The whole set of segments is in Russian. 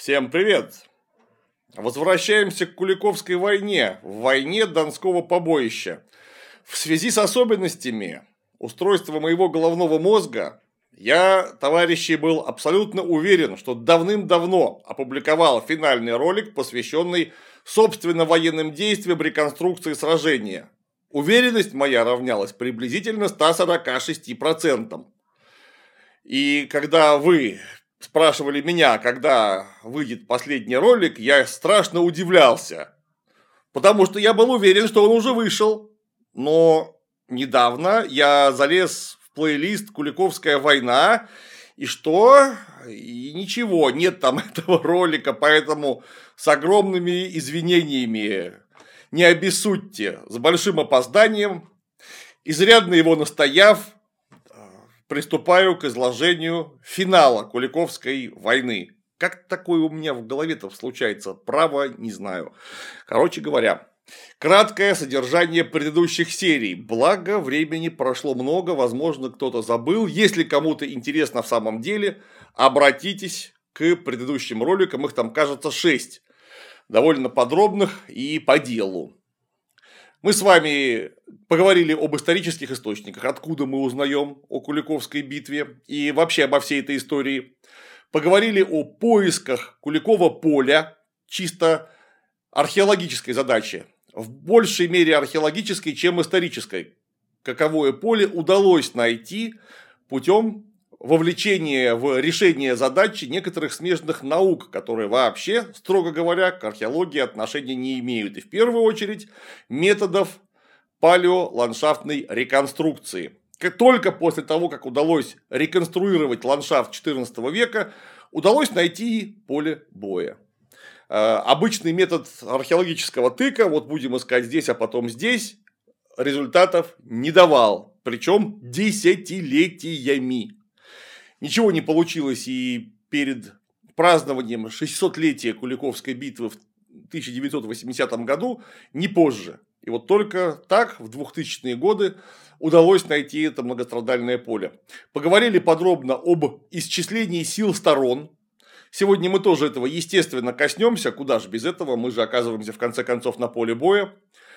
Всем привет! Возвращаемся к Куликовской войне, в войне Донского побоища. В связи с особенностями устройства моего головного мозга, я, товарищи, был абсолютно уверен, что давным-давно опубликовал финальный ролик, посвященный, собственно, военным действиям реконструкции сражения. Уверенность моя равнялась приблизительно 146%. И когда вы спрашивали меня, когда выйдет последний ролик, я страшно удивлялся. Потому что я был уверен, что он уже вышел. Но недавно я залез в плейлист «Куликовская война». И что? И ничего, нет там этого ролика. Поэтому с огромными извинениями не обессудьте. С большим опозданием, изрядно его настояв, приступаю к изложению финала Куликовской войны. Как такое у меня в голове-то случается? Право не знаю. Короче говоря, краткое содержание предыдущих серий. Благо, времени прошло много, возможно, кто-то забыл. Если кому-то интересно в самом деле, обратитесь к предыдущим роликам. Их там, кажется, 6. Довольно подробных и по делу. Мы с вами поговорили об исторических источниках, откуда мы узнаем о Куликовской битве и вообще обо всей этой истории. Поговорили о поисках Куликова поля, чисто археологической задачи, в большей мере археологической, чем исторической. Каковое поле удалось найти путем вовлечения в решение задачи некоторых смежных наук, которые вообще, строго говоря, к археологии отношения не имеют. И в первую очередь методов палеоландшафтной реконструкции. Только после того, как удалось реконструировать ландшафт XIV века, удалось найти поле боя. Обычный метод археологического тыка, вот будем искать здесь, а потом здесь, результатов не давал. Причем десятилетиями. Ничего не получилось и перед празднованием 600-летия Куликовской битвы в 1980 году, ни позже. И вот только так в 2000-е годы удалось найти это многострадальное поле. Поговорили подробно об исчислении сил сторон. Сегодня мы тоже этого, естественно, коснемся. Куда же без этого? Мы же оказываемся в конце концов на поле боя.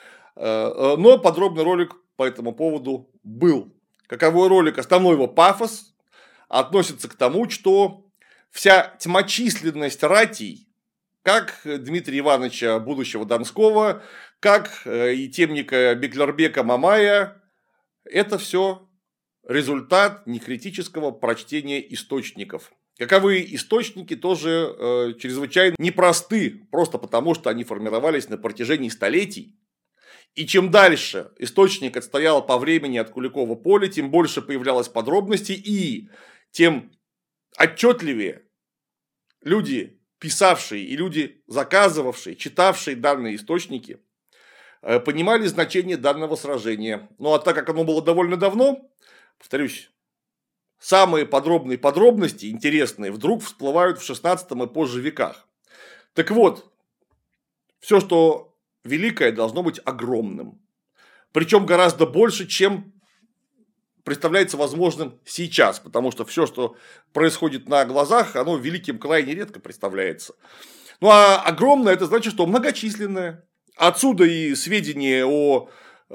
Но подробный ролик по этому поводу был. Каковой ролик? Основной его пафос относится к тому, что вся тьмочисленность ратий, как Дмитрия Ивановича, будущего Донского, как и темника Беклербека Мамая, это все результат некритического прочтения источников. Каковые источники тоже чрезвычайно непросты, просто потому что они формировались на протяжении столетий. И чем дальше источник отстоял по времени от Куликова поля, тем больше появлялось подробностей, и тем отчетливее люди, писавшие и люди, заказывавшие, читавшие данные источники, понимали значение данного сражения. Ну а так как оно было довольно давно, повторюсь, самые подробные подробности, интересные, вдруг всплывают в XVI и позже веках. Так вот, все, что великое, должно быть огромным. Причем гораздо больше, чем представляется возможным сейчас. Потому что все, что происходит на глазах, оно великим крайне редко представляется. Ну а огромное, это значит, что многочисленное. Отсюда и сведения о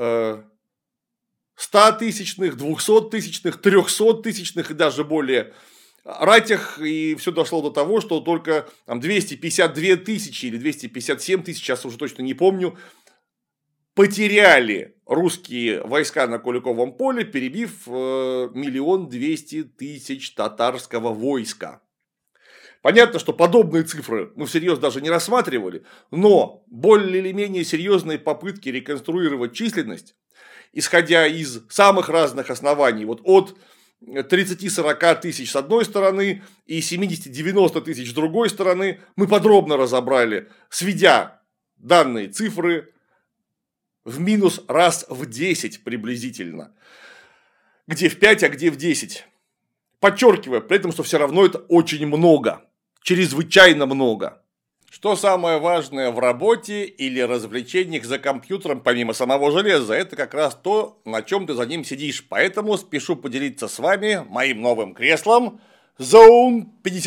100-тысячных, 200-тысячных, 300-тысячных и даже более ратях, и все дошло до того, что только 252 тысячи или 257 тысяч, сейчас уже точно не помню, потеряли русские войска на Куликовом поле, перебив 1 200 000 татарского войска. Понятно, что подобные цифры мы всерьез даже не рассматривали, но более или менее серьезные попытки реконструировать численность, исходя из самых разных оснований, вот от 30-40 тысяч с одной стороны и 70-90 тысяч с другой стороны, мы подробно разобрали, сведя данные цифры в минус раз в 10 приблизительно. Где в 5, а где в 10. Подчеркивая при этом, что все равно это очень много. Чрезвычайно много. Что самое важное в работе или развлечениях за компьютером, помимо самого железа, это как раз то, на чем ты за ним сидишь. Поэтому спешу поделиться с вами моим новым креслом, Zone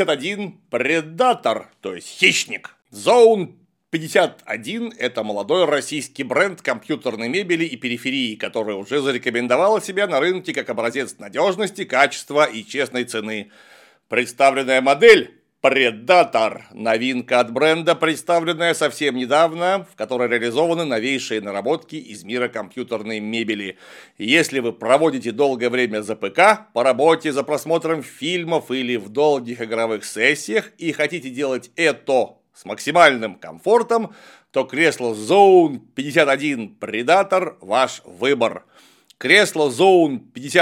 51 Predator, то есть хищник. Zone 51 – это молодой российский бренд компьютерной мебели и периферии, который уже зарекомендовал себя на рынке как образец надежности, качества и честной цены. Представленная модель Predator – новинка от бренда, представленная совсем недавно, в которой реализованы новейшие наработки из мира компьютерной мебели. Если вы проводите долгое время за ПК, по работе, за просмотром фильмов или в долгих игровых сессиях и хотите делать это с максимальным комфортом, то кресло Zone 51 Predator – ваш выбор. Кресла Zone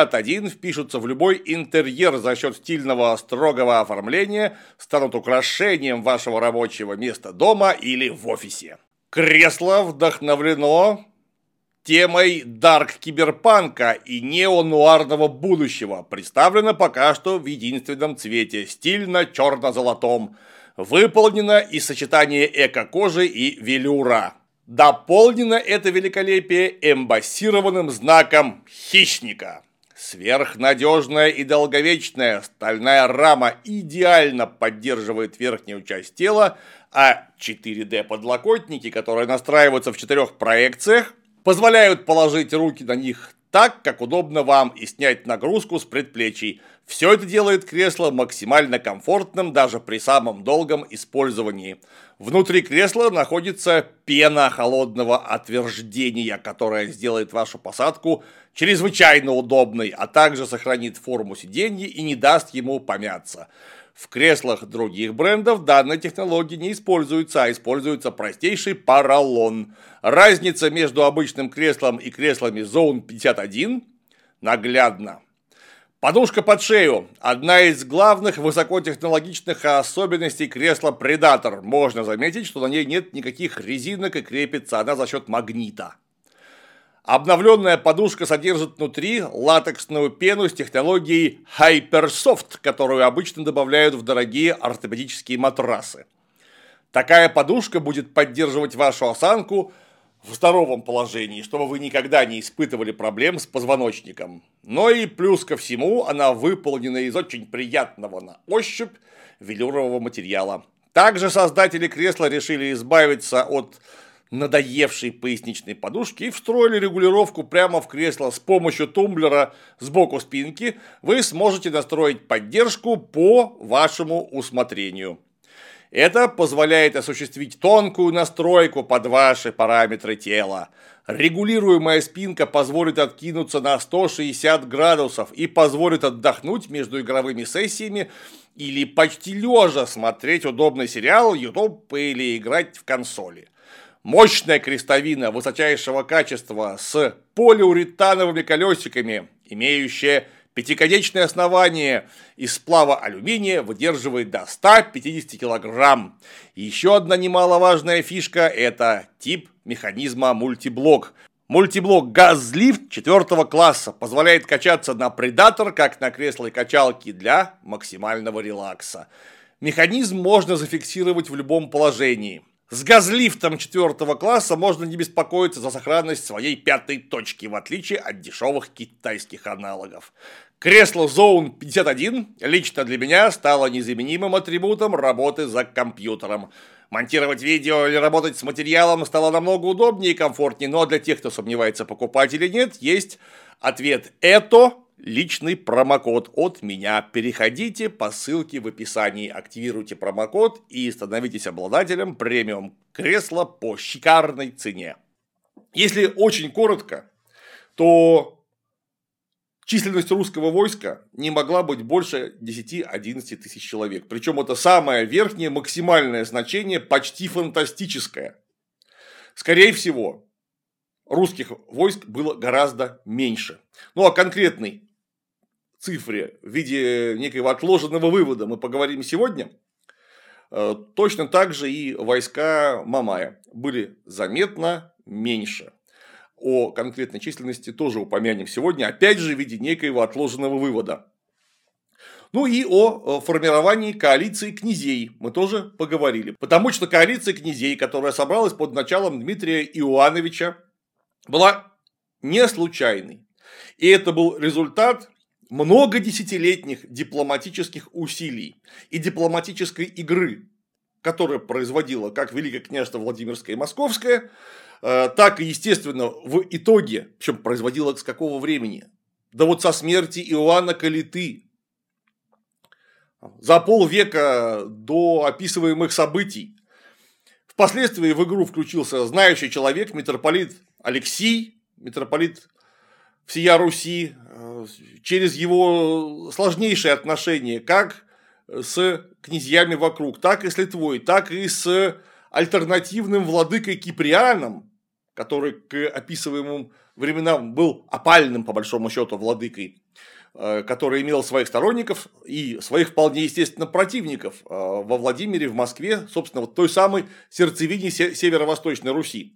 51 впишутся в любой интерьер за счет стильного строгого оформления, станут украшением вашего рабочего места дома или в офисе. Кресло вдохновлено темой дарк-киберпанка и неонуарного будущего, представлено пока что в единственном цвете, стильно-черно-золотом, выполнено из сочетания эко-кожи и велюра. Дополнено это великолепие эмбоссированным знаком хищника. Сверхнадежная и долговечная стальная рама идеально поддерживает верхнюю часть тела, а 4D-подлокотники, которые настраиваются в 4 проекциях, позволяют положить руки на них так, как удобно вам, и снять нагрузку с предплечий. Все это делает кресло максимально комфортным даже при самом долгом использовании. Внутри кресла находится пена холодного отверждения, которая сделает вашу посадку чрезвычайно удобной, а также сохранит форму сиденья и не даст ему помяться. В креслах других брендов данная технология не используется, а используется простейший поролон. Разница между обычным креслом и креслами Zone 51 наглядна. Подушка под шею – одна из главных высокотехнологичных особенностей кресла Predator. Можно заметить, что на ней нет никаких резинок и крепится она за счет магнита. Обновленная подушка содержит внутри латексную пену с технологией Hypersoft, которую обычно добавляют в дорогие ортопедические матрасы. Такая подушка будет поддерживать вашу осанку в здоровом положении, чтобы вы никогда не испытывали проблем с позвоночником. Но и плюс ко всему, она выполнена из очень приятного на ощупь велюрового материала. Также создатели кресла решили избавиться от надоевшей поясничной подушки и встроили регулировку прямо в кресло. С помощью тумблера сбоку спинки вы сможете настроить поддержку по вашему усмотрению. Это позволяет осуществить тонкую настройку под ваши параметры тела. Регулируемая спинка позволит откинуться на 160 градусов и позволит отдохнуть между игровыми сессиями или почти лежа смотреть удобный сериал, YouTube или играть в консоли. Мощная крестовина высочайшего качества с полиуретановыми колесиками, имеющая пятиконечное основание из сплава алюминия, выдерживает до 150 кг. Еще одна немаловажная фишка – это тип механизма мультиблок. Мультиблок GazLift 4 класса позволяет качаться на Predator, как на кресле качалки для максимального релакса. Механизм можно зафиксировать в любом положении. С газлифтом 4 класса можно не беспокоиться за сохранность своей пятой точки, в отличие от дешевых китайских аналогов. Кресло Zone 51 лично для меня стало незаменимым атрибутом работы за компьютером. Монтировать видео или работать с материалом стало намного удобнее и комфортнее, но для тех, кто сомневается, покупать или нет, есть ответ «Это». Личный промокод от меня. Переходите по ссылке в описании, активируйте промокод и становитесь обладателем премиум кресла по шикарной цене. Если очень коротко, то численность русского войска не могла быть больше 10-11 тысяч человек. Причем это самое верхнее максимальное значение, почти фантастическое. Скорее всего, русских войск было гораздо меньше. Ну а конкретный цифре в виде некого отложенного вывода мы поговорим сегодня. Точно так же и войска Мамая были заметно меньше. О конкретной численности тоже упомянем сегодня, опять же в виде некоего отложенного вывода. Ну и о формировании коалиции князей мы тоже поговорили. Потому что коалиция князей, которая собралась под началом Дмитрия Иоанновича, была не случайной. И это был результат много десятилетних дипломатических усилий и дипломатической игры, которая производила как Великое княжество Владимирское и Московское, так и, естественно, в итоге, причем производила с какого времени? Да вот со смерти Иоанна Калиты. За полвека до описываемых событий. Впоследствии в игру включился знающий человек, митрополит Алексий, митрополит всея Руси, через его сложнейшие отношения как с князьями вокруг, так и с Литвой, так и с альтернативным владыкой Киприаном, который к описываемым временам был опальным, по большому счету, владыкой, который имел своих сторонников и своих вполне естественно противников во Владимире, в Москве, собственно, вот той самой сердцевине северо-восточной Руси.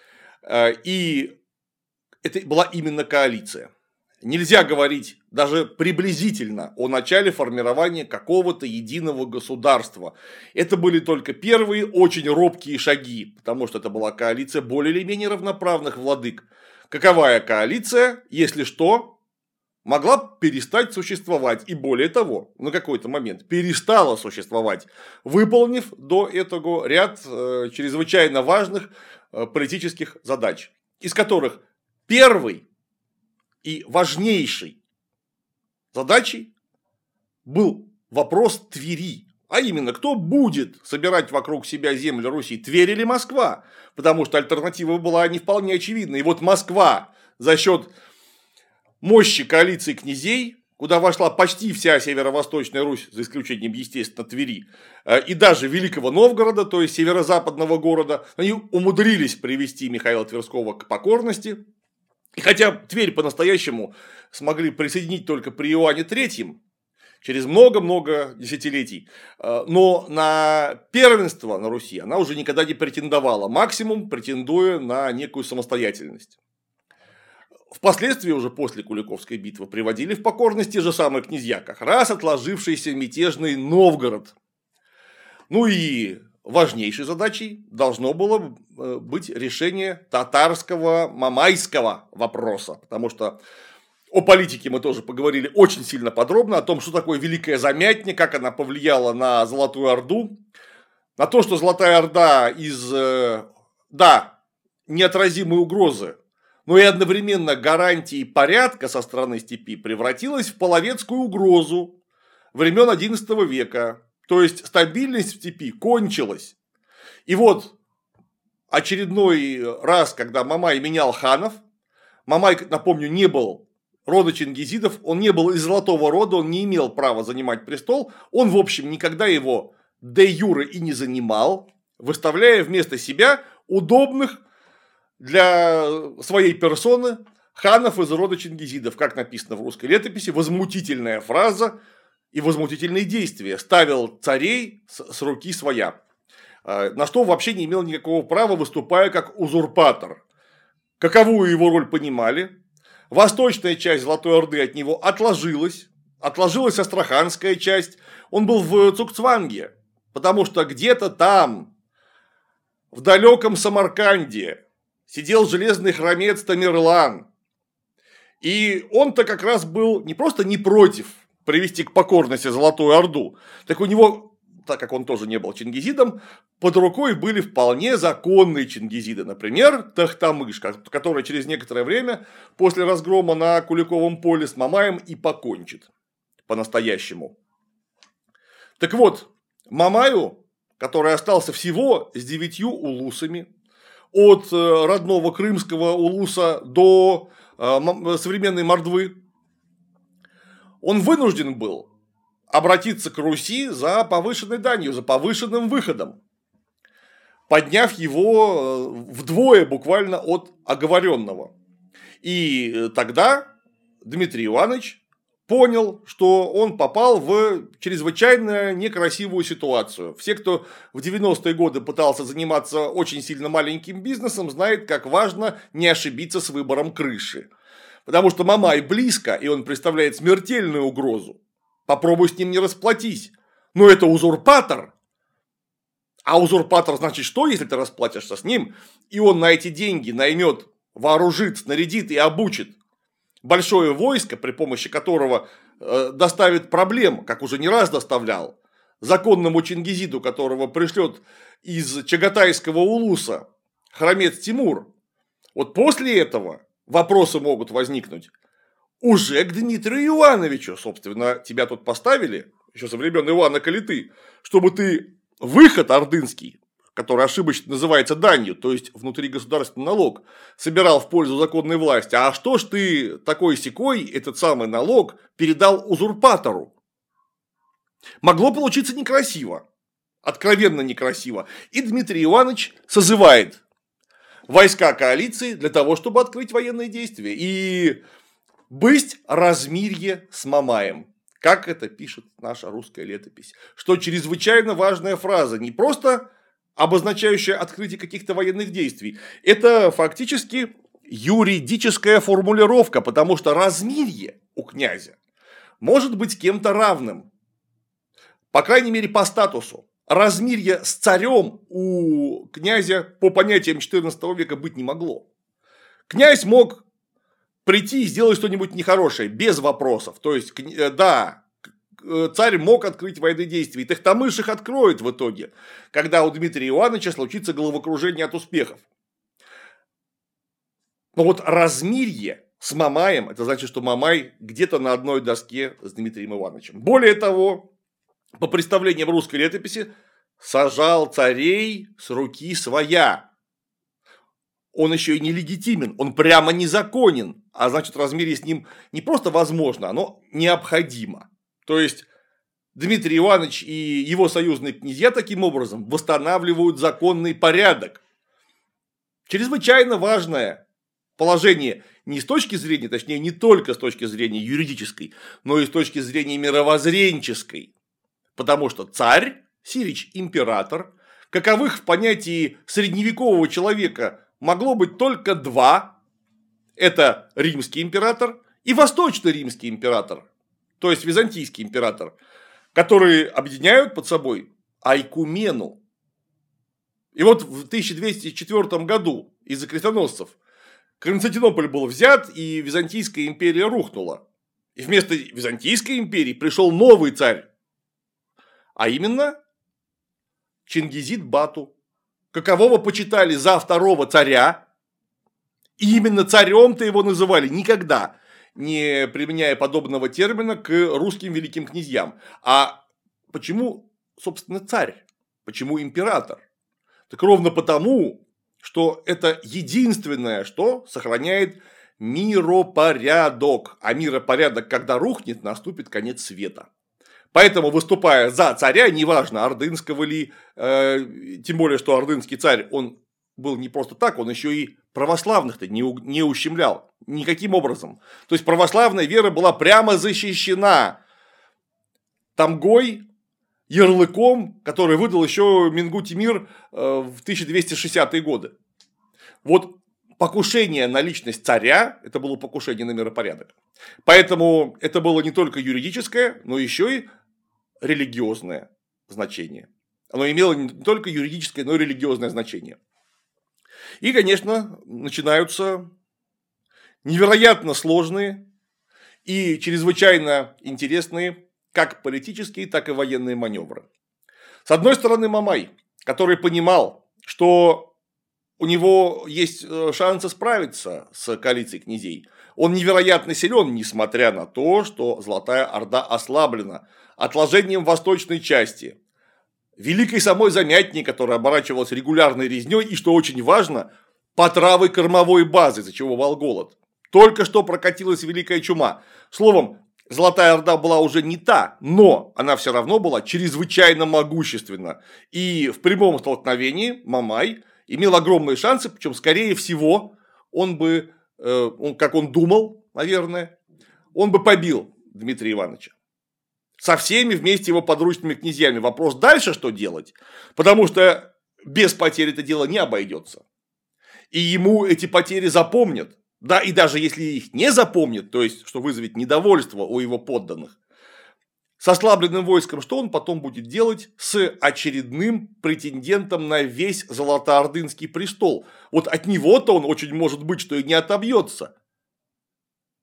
И это была именно коалиция. Нельзя говорить даже приблизительно о начале формирования какого-то единого государства. Это были только первые очень робкие шаги, потому что это была коалиция более или менее равноправных владык. Каковая коалиция, если что, могла перестать существовать. И более того, на какой-то момент перестала существовать, выполнив до этого ряд чрезвычайно важных политических задач, из которых первый и важнейшей задачей был вопрос Твери. А именно, кто будет собирать вокруг себя земли Руси, Тверь или Москва? Потому что альтернатива была не вполне очевидна. И вот Москва за счет мощи коалиции князей, куда вошла почти вся северо-восточная Русь, за исключением, естественно, Твери, и даже Великого Новгорода, то есть северо-западного города, они умудрились привести Михаила Тверского к покорности. И хотя Тверь по-настоящему смогли присоединить только при Иоанне III, через много-много десятилетий, но на первенство на Руси она уже никогда не претендовала, максимум претендуя на некую самостоятельность. Впоследствии, уже после Куликовской битвы, приводили в покорность те же самые князья, как раз отложившийся мятежный Новгород. Ну и важнейшей задачей должно было быть решение татарского мамайского вопроса, потому что о политике мы тоже поговорили очень сильно подробно, о том, что такое Великая Замятня, как она повлияла на Золотую Орду, на то, что Золотая Орда из, неотразимой угрозы, но и одновременно гарантии порядка со стороны степи превратилась в половецкую угрозу времен XI века. То есть стабильность в степи кончилась. И вот очередной раз, когда Мамай менял ханов, Мамай, напомню, не был рода чингизидов, он не был из золотого рода, он не имел права занимать престол, он, в общем, никогда его де юре и не занимал, выставляя вместо себя удобных для своей персоны ханов из рода чингизидов, как написано в русской летописи, возмутительная фраза и возмутительные действия, ставил царей с руки своя, на что вообще не имел никакого права, выступая как узурпатор. Каковую его роль понимали, восточная часть Золотой Орды от него отложилась астраханская часть, он был в Цукцванге, потому что где-то там, в далеком Самарканде, сидел железный хромец Тамерлан, и он-то как раз был не просто не против привести к покорности Золотую Орду, так у него, так как он тоже не был чингизидом, под рукой были вполне законные чингизиды, например, Тохтамыш, который через некоторое время после разгрома на Куликовом поле с Мамаем и покончит по-настоящему. Так вот, Мамаю, который остался всего с 9 улусами, от родного крымского улуса до современной Мордвы, он вынужден был обратиться к Руси за повышенной данью, за повышенным выходом, подняв его вдвое буквально от оговоренного. И тогда Дмитрий Иванович понял, что он попал в чрезвычайно некрасивую ситуацию. Все, кто в 90-е годы пытался заниматься очень сильно маленьким бизнесом, знает, как важно не ошибиться с выбором крыши. Потому что Мамай близко, и он представляет смертельную угрозу. Попробуй с ним не расплатись. Но это узурпатор. А узурпатор значит что, если ты расплатишься с ним, и он на эти деньги наймет, вооружит, снарядит и обучит большое войско, при помощи которого доставит проблем, как уже не раз доставлял, законному Чингизиду, которого пришлет из Чагатайского улуса хромец Тимур. Вот после этого вопросы могут возникнуть уже к Дмитрию Ивановичу. Собственно, тебя тут поставили еще со времен Ивана Калиты, чтобы ты выход ордынский, который ошибочно называется данью, то есть внутригосударственный налог, собирал в пользу законной власти. А что ж ты такой-сякой этот самый налог передал узурпатору? Могло получиться некрасиво, откровенно некрасиво. И Дмитрий Иванович созывает войска коалиции для того, чтобы открыть военные действия. И бысть размирье с Мамаем. Как это пишет наша русская летопись. Что чрезвычайно важная фраза. Не просто обозначающая открытие каких-то военных действий. Это фактически юридическая формулировка. Потому что размирье у князя может быть кем-то равным. По крайней мере, по статусу. Размирье с царем у князя по понятиям XIV века быть не могло. Князь мог прийти и сделать что-нибудь нехорошее, без вопросов. То есть, да, царь мог открыть военные действия. И Тохтамыш их откроет в итоге, когда у Дмитрия Ивановича случится головокружение от успехов. Но вот размирье с Мамаем, это значит, что Мамай где-то на одной доске с Дмитрием Ивановичем. Более того, по представлениям русской летописи, сажал царей с руки своя. Он еще и нелегитимен, он прямо незаконен. А значит, размирье с ним не просто возможно, оно необходимо. То есть, Дмитрий Иванович и его союзные князья таким образом восстанавливают законный порядок. Чрезвычайно важное положение не с точки зрения, точнее, не только с точки зрения юридической, но и с точки зрения мировоззренческой. Потому что царь, сирич император, каковых в понятии средневекового человека могло быть только два. Это римский император и восточно-римский император, то есть византийский император, которые объединяют под собой айкумену. И вот в 1204 году из-за крестоносцев Константинополь был взят, и Византийская империя рухнула. И вместо Византийской империи пришел новый царь. А именно Чингизид Бату, какового почитали за второго царя. И именно царем-то его называли никогда, не применяя подобного термина к русским великим князьям. А почему, собственно, царь? Почему император? Так ровно потому, что это единственное, что сохраняет миропорядок. А миропорядок, когда рухнет, наступит конец света. Поэтому, выступая за царя, неважно, ордынского ли, тем более, что ордынский царь, он был не просто так, он еще и православных-то не ущемлял никаким образом. То есть, православная вера была прямо защищена тамгой, ярлыком, который выдал еще Мингу Тимир в 1260-е годы. Вот покушение на личность царя, это было покушение на миропорядок. Поэтому это было не только юридическое, но еще и религиозное значение. Оно имело не только юридическое, но и религиозное значение. И, конечно, начинаются невероятно сложные и чрезвычайно интересные как политические, так и военные маневры. С одной стороны, Мамай, который понимал, что у него есть шансы справиться с коалицией князей. Он невероятно силен, несмотря на то, что Золотая Орда ослаблена отложением восточной части, великой самой Замятни, которая оборачивалась регулярной резней, и, что очень важно, потравой кормовой базы, из-за чего вал голод. Только что прокатилась Великая Чума. Словом, Золотая Орда была уже не та, но она все равно была чрезвычайно могущественна. И в прямом столкновении Мамай имел огромные шансы, причем, скорее всего, он бы, как он думал, наверное, он бы побил Дмитрия Ивановича. Со всеми вместе его подручными князьями. Вопрос дальше, что делать? Потому что без потерь это дело не обойдется. И ему эти потери запомнят. Да, и даже если их не запомнят, то есть, что вызовет недовольство у его подданных, с ослабленным войском, что он потом будет делать с очередным претендентом на весь Золотоордынский престол? Вот от него-то он очень может быть, что и не отобьется.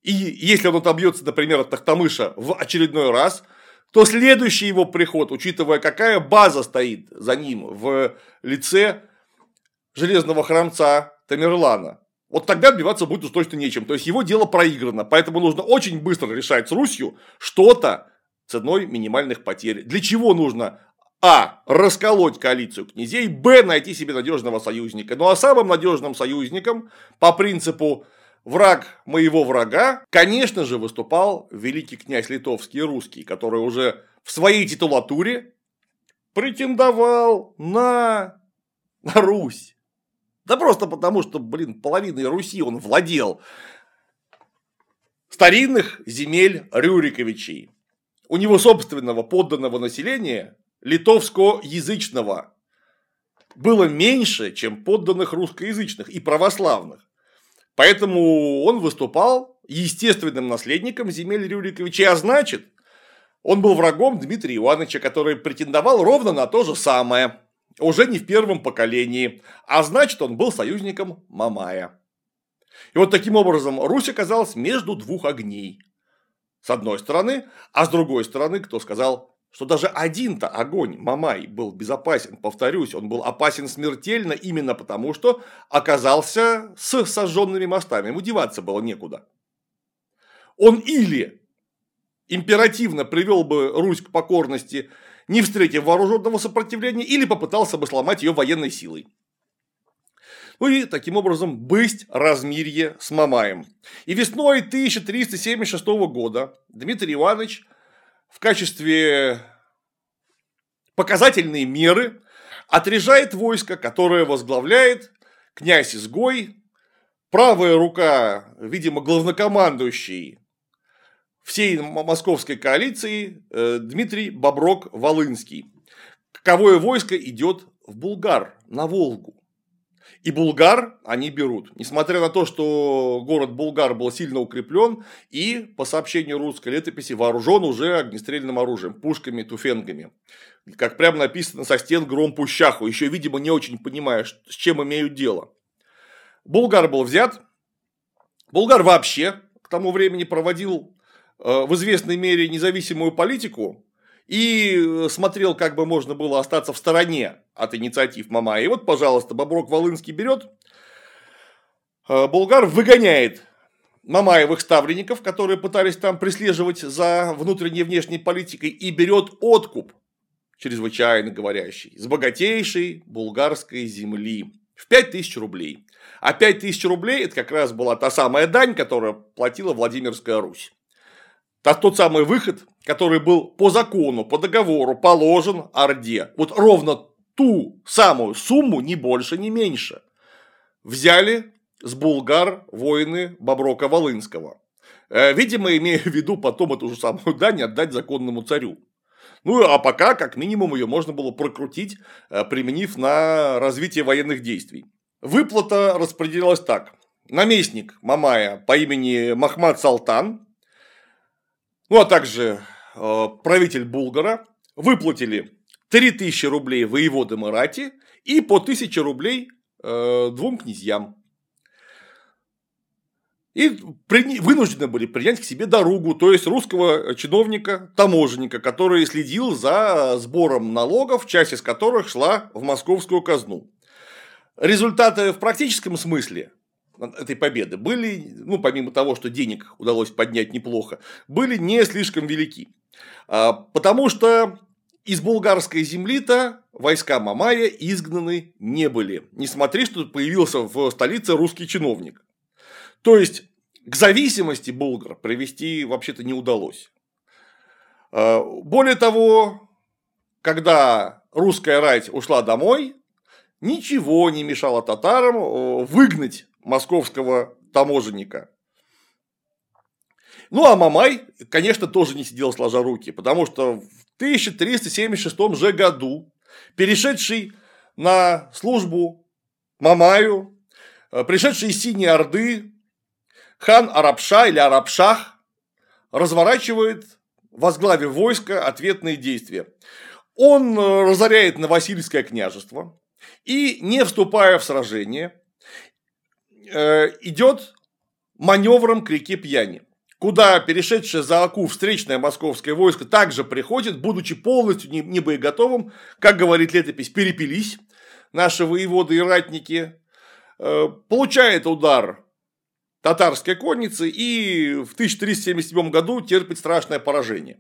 и если он отобьется, например, от Тохтамыша в очередной раз, то следующий его приход, учитывая, какая база стоит за ним в лице железного храмца Тамерлана, вот тогда отбиваться будет уж точно нечем. То есть его дело проиграно. Поэтому нужно очень быстро решать с Русью что-то ценой минимальных потерь. Для чего нужно расколоть коалицию князей, найти себе надежного союзника. Ну а самым надежным союзником по принципу враг моего врага, конечно же, выступал великий князь литовский и русский, который уже в своей титулатуре претендовал на Русь. Да просто потому, что, половиной Руси он владел. Старинных земель Рюриковичей. У него собственного подданного населения, литовскоязычного, было меньше, чем подданных русскоязычных и православных. Поэтому он выступал естественным наследником земель Рюриковичей, а значит, он был врагом Дмитрия Ивановича, который претендовал ровно на то же самое. Уже не в первом поколении, а значит, он был союзником Мамая. И вот таким образом Русь оказалась между двух огней. С одной стороны, а с другой стороны, кто сказал, что даже один-то огонь Мамай был безопасен, повторюсь, он был опасен смертельно именно потому, что оказался с сожженными мостами, ему деваться было некуда. Он или императивно привел бы Русь к покорности, не встретив вооруженного сопротивления, или попытался бы сломать ее военной силой. Ну и таким образом быть размирье с Мамаем. И весной 1376 года Дмитрий Иванович в качестве показательной меры отряжает войско, которое возглавляет князь-изгой, правая рука, видимо, главнокомандующий всей московской коалиции Дмитрий Боброк-Волынский. Каковое войско идет в Булгар, на Волгу. И Булгар они берут. Несмотря на то, что город Булгар был сильно укреплен и, по сообщению русской летописи, вооружен уже огнестрельным оружием, пушками, туфенгами. Как прямо написано со стен гром пущаху, еще, видимо, не очень понимая, с чем имеют дело. Булгар был взят. Булгар вообще к тому времени проводил в известной мере независимую политику и смотрел, как бы можно было остаться в стороне от инициатив Мамая. И вот, пожалуйста, Боброк-Волынский берет, Булгар выгоняет Мамаевых ставленников, которые пытались там прислеживать за внутренней и внешней политикой, и берет откуп, чрезвычайно говорящий, с богатейшей булгарской земли в 5000 рублей. А 5000 рублей это как раз была та самая дань, которую платила Владимирская Русь. Тот самый выход, который был по закону, по договору положен Орде. Вот ровно ту самую сумму, ни больше, ни меньше, взяли с булгар воины Боброка-Волынского. Видимо, имея в виду потом эту же самую дань отдать законному царю. Ну, а пока, как минимум, ее можно было прокрутить, применив на развитие военных действий. Выплата распределялась так. Наместник Мамая по имени Махмад Салтан, ну, а также правитель Булгара выплатили 3000 рублей воеводы Марати и по 1000 рублей двум князьям. И вынуждены были принять к себе Даругу, то есть русского чиновника, таможенника, который следил за сбором налогов, часть из которых шла в московскую казну. Результаты в практическом смысле этой победы были, ну, помимо того, что денег удалось поднять неплохо, были не слишком велики. Потому что из булгарской земли-то войска Мамая изгнаны не были. Несмотря, что появился в столице русский чиновник. То есть, к зависимости булгар привести вообще-то не удалось. Более того, когда русская рать ушла домой, ничего не мешало татарам выгнать московского таможенника. Ну, а Мамай, конечно, тоже не сидел сложа руки, потому что в 1376 же году, перешедший на службу Мамаю, пришедший из Синей Орды, хан Арапша или Арапшах разворачивает, возглавив войско, ответные действия. Он разоряет Новосильское княжество и, не вступая в сражение, идет маневром к реке Пьяни. куда перешедшее за Оку встречное московское войско также приходит, будучи полностью не боеготовым, как говорит летопись, перепились наши воеводы и ратники, получает удар татарской конницы и в 1377 году терпит страшное поражение.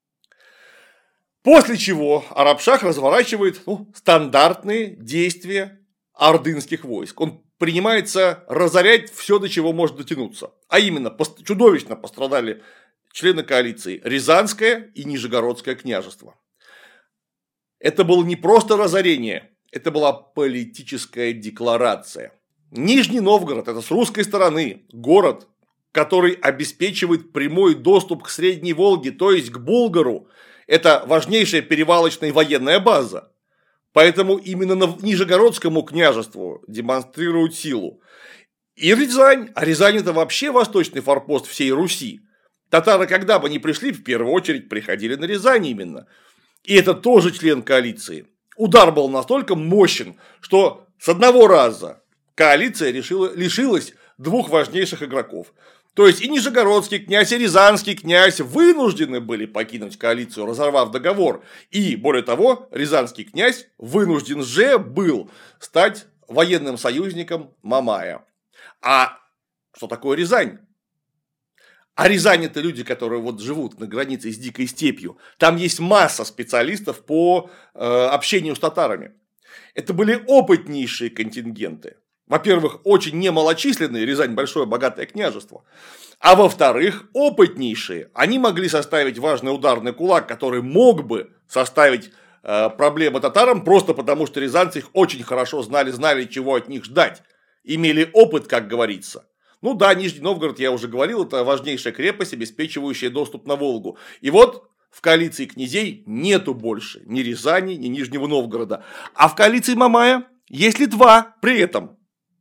После чего Арабшах разворачивает стандартные действия ордынских войск. Он принимается разорять все, до чего может дотянуться. А именно, чудовищно пострадали члены коалиции Рязанское и Нижегородское княжество. Это было не просто разорение, это была политическая декларация. Нижний Новгород – это с русской стороны город, который обеспечивает прямой доступ к Средней Волге, то есть к Булгару. Это важнейшая перевалочная и военная база. Поэтому именно Нижегородскому княжеству демонстрируют силу. И Рязань, а Рязань – это вообще восточный форпост всей Руси. Татары, когда бы ни пришли, в первую очередь приходили на Рязань именно. И это тоже член коалиции. Удар был настолько мощен, что с одного раза коалиция лишилась двух важнейших игроков. То есть и Нижегородский князь, и Рязанский князь вынуждены были покинуть коалицию, разорвав договор. И, более того, Рязанский князь вынужден же был стать военным союзником Мамая. А что такое Рязань? А Рязань – это люди, которые вот живут на границе с дикой степью. Там есть масса специалистов по общению с татарами. Это были опытнейшие контингенты. Во-первых, очень немалочисленные, Рязань – большое богатое княжество. А во-вторых, опытнейшие. Они могли составить важный ударный кулак, который мог бы составить проблемы татарам, просто потому что рязанцы их очень хорошо знали, чего от них ждать. Имели опыт, как говорится. Ну да, Нижний Новгород, я уже говорил, это важнейшая крепость, обеспечивающая доступ на Волгу. И вот в коалиции князей нету больше ни Рязани, ни Нижнего Новгорода. А в коалиции Мамая есть Литва при этом.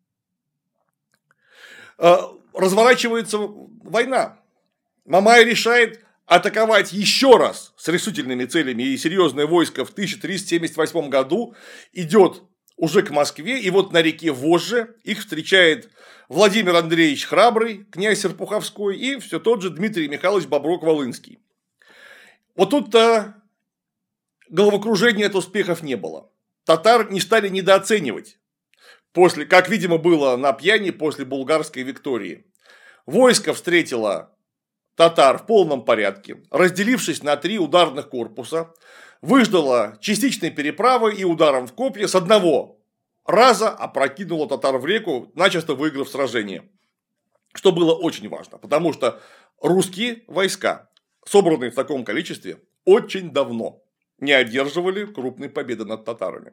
Разворачивается война. Мамай решает атаковать еще раз с решительными целями, и серьезное войско в 1378 году идет уже к Москве, и вот на реке Вожже их встречает Владимир Андреевич Храбрый, князь Серпуховской, и все тот же Дмитрий Михайлович Боброк-Волынский. Вот тут-то головокружения от успехов не было. Татар не стали недооценивать. Как, видимо, было на Пьяне после булгарской Виктории. Войско встретило татар в полном порядке, разделившись на 3 ударных корпуса, выждало частичной переправы и ударом в копья с одного раза опрокинуло татар в реку, начисто выиграв сражение. Что было очень важно, потому что русские войска, собранные в таком количестве, очень давно не одерживали крупной победы над татарами.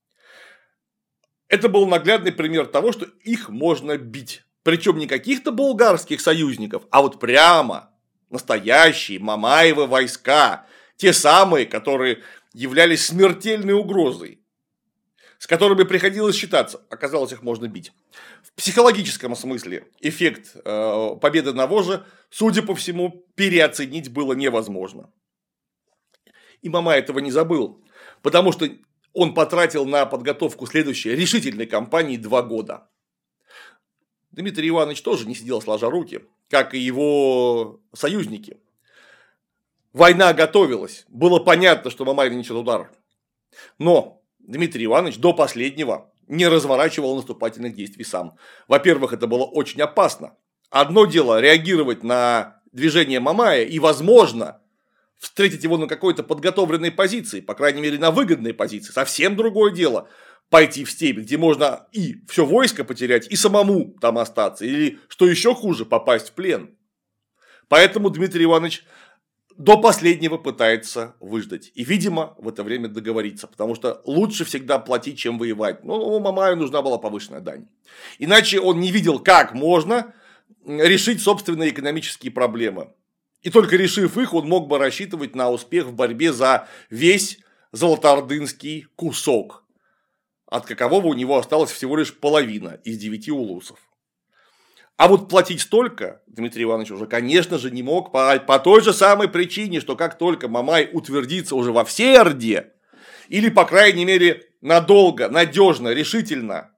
Это был наглядный пример того, что их можно бить. Причем не каких-то болгарских союзников, а вот прямо настоящие Мамаевы войска. Те самые, которые являлись смертельной угрозой, с которыми приходилось считаться. Оказалось, их можно бить. В психологическом смысле эффект победы на Воже, судя по всему, переоценить было невозможно. И Мамай этого не забыл, потому что он потратил на подготовку следующей решительной кампании 2 года. Дмитрий Иванович тоже не сидел сложа руки, как и его союзники. Война готовилась, было понятно, что Мамай нанесет удар. Но Дмитрий Иванович до последнего не разворачивал наступательных действий сам. Во-первых, это было очень опасно. Одно дело реагировать на движение Мамая и, возможно, встретить его на какой-то подготовленной позиции, по крайней мере, на выгодной позиции. Совсем другое дело пойти в степь, где можно и все войско потерять, и самому там остаться, или, что еще хуже, попасть в плен. Поэтому Дмитрий Иванович до последнего пытается выждать. И, видимо, в это время договориться, потому что лучше всегда платить, чем воевать. Но Мамаю нужна была повышенная дань. Иначе он не видел, как можно решить собственные экономические проблемы. И только решив их, он мог бы рассчитывать на успех в борьбе за весь золотоордынский кусок, от какового у него осталась всего лишь половина из 9 улусов. А вот платить столько Дмитрий Иванович уже, конечно же, не мог по той же самой причине, что как только Мамай утвердится уже во всей Орде, или, по крайней мере, надолго, надежно, решительно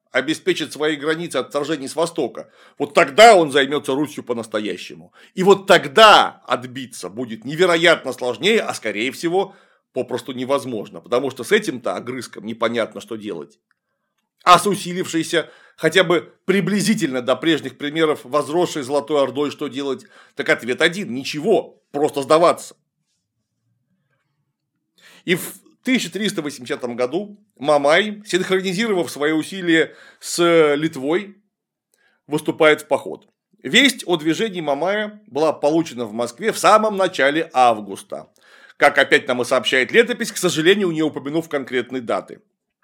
обеспечит свои границы от вторжений с востока, вот тогда он займется Русью по-настоящему. И вот тогда отбиться будет невероятно сложнее, а скорее всего попросту невозможно, потому что с этим-то огрызком непонятно, что делать. А с усилившейся, хотя бы приблизительно до прежних примеров возросшей Золотой Ордой что делать? Так ответ один – ничего, просто сдаваться. И в 1380 году Мамай, синхронизировав свои усилия с Литвой, выступает в поход. Весть о движении Мамая была получена в Москве в самом начале августа. Как опять нам и сообщает летопись, к сожалению, не упомянув конкретной даты.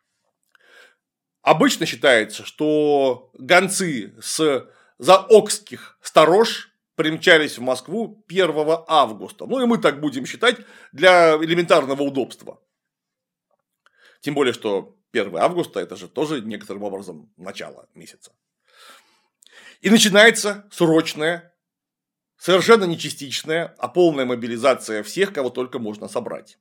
Обычно считается, что гонцы с заокских сторож примчались в Москву 1 августа. Ну и мы так будем считать для элементарного удобства. Тем более, что 1 августа это же тоже некоторым образом начало месяца. И начинается срочная, совершенно не частичная, а полная мобилизация всех, кого только можно собрать.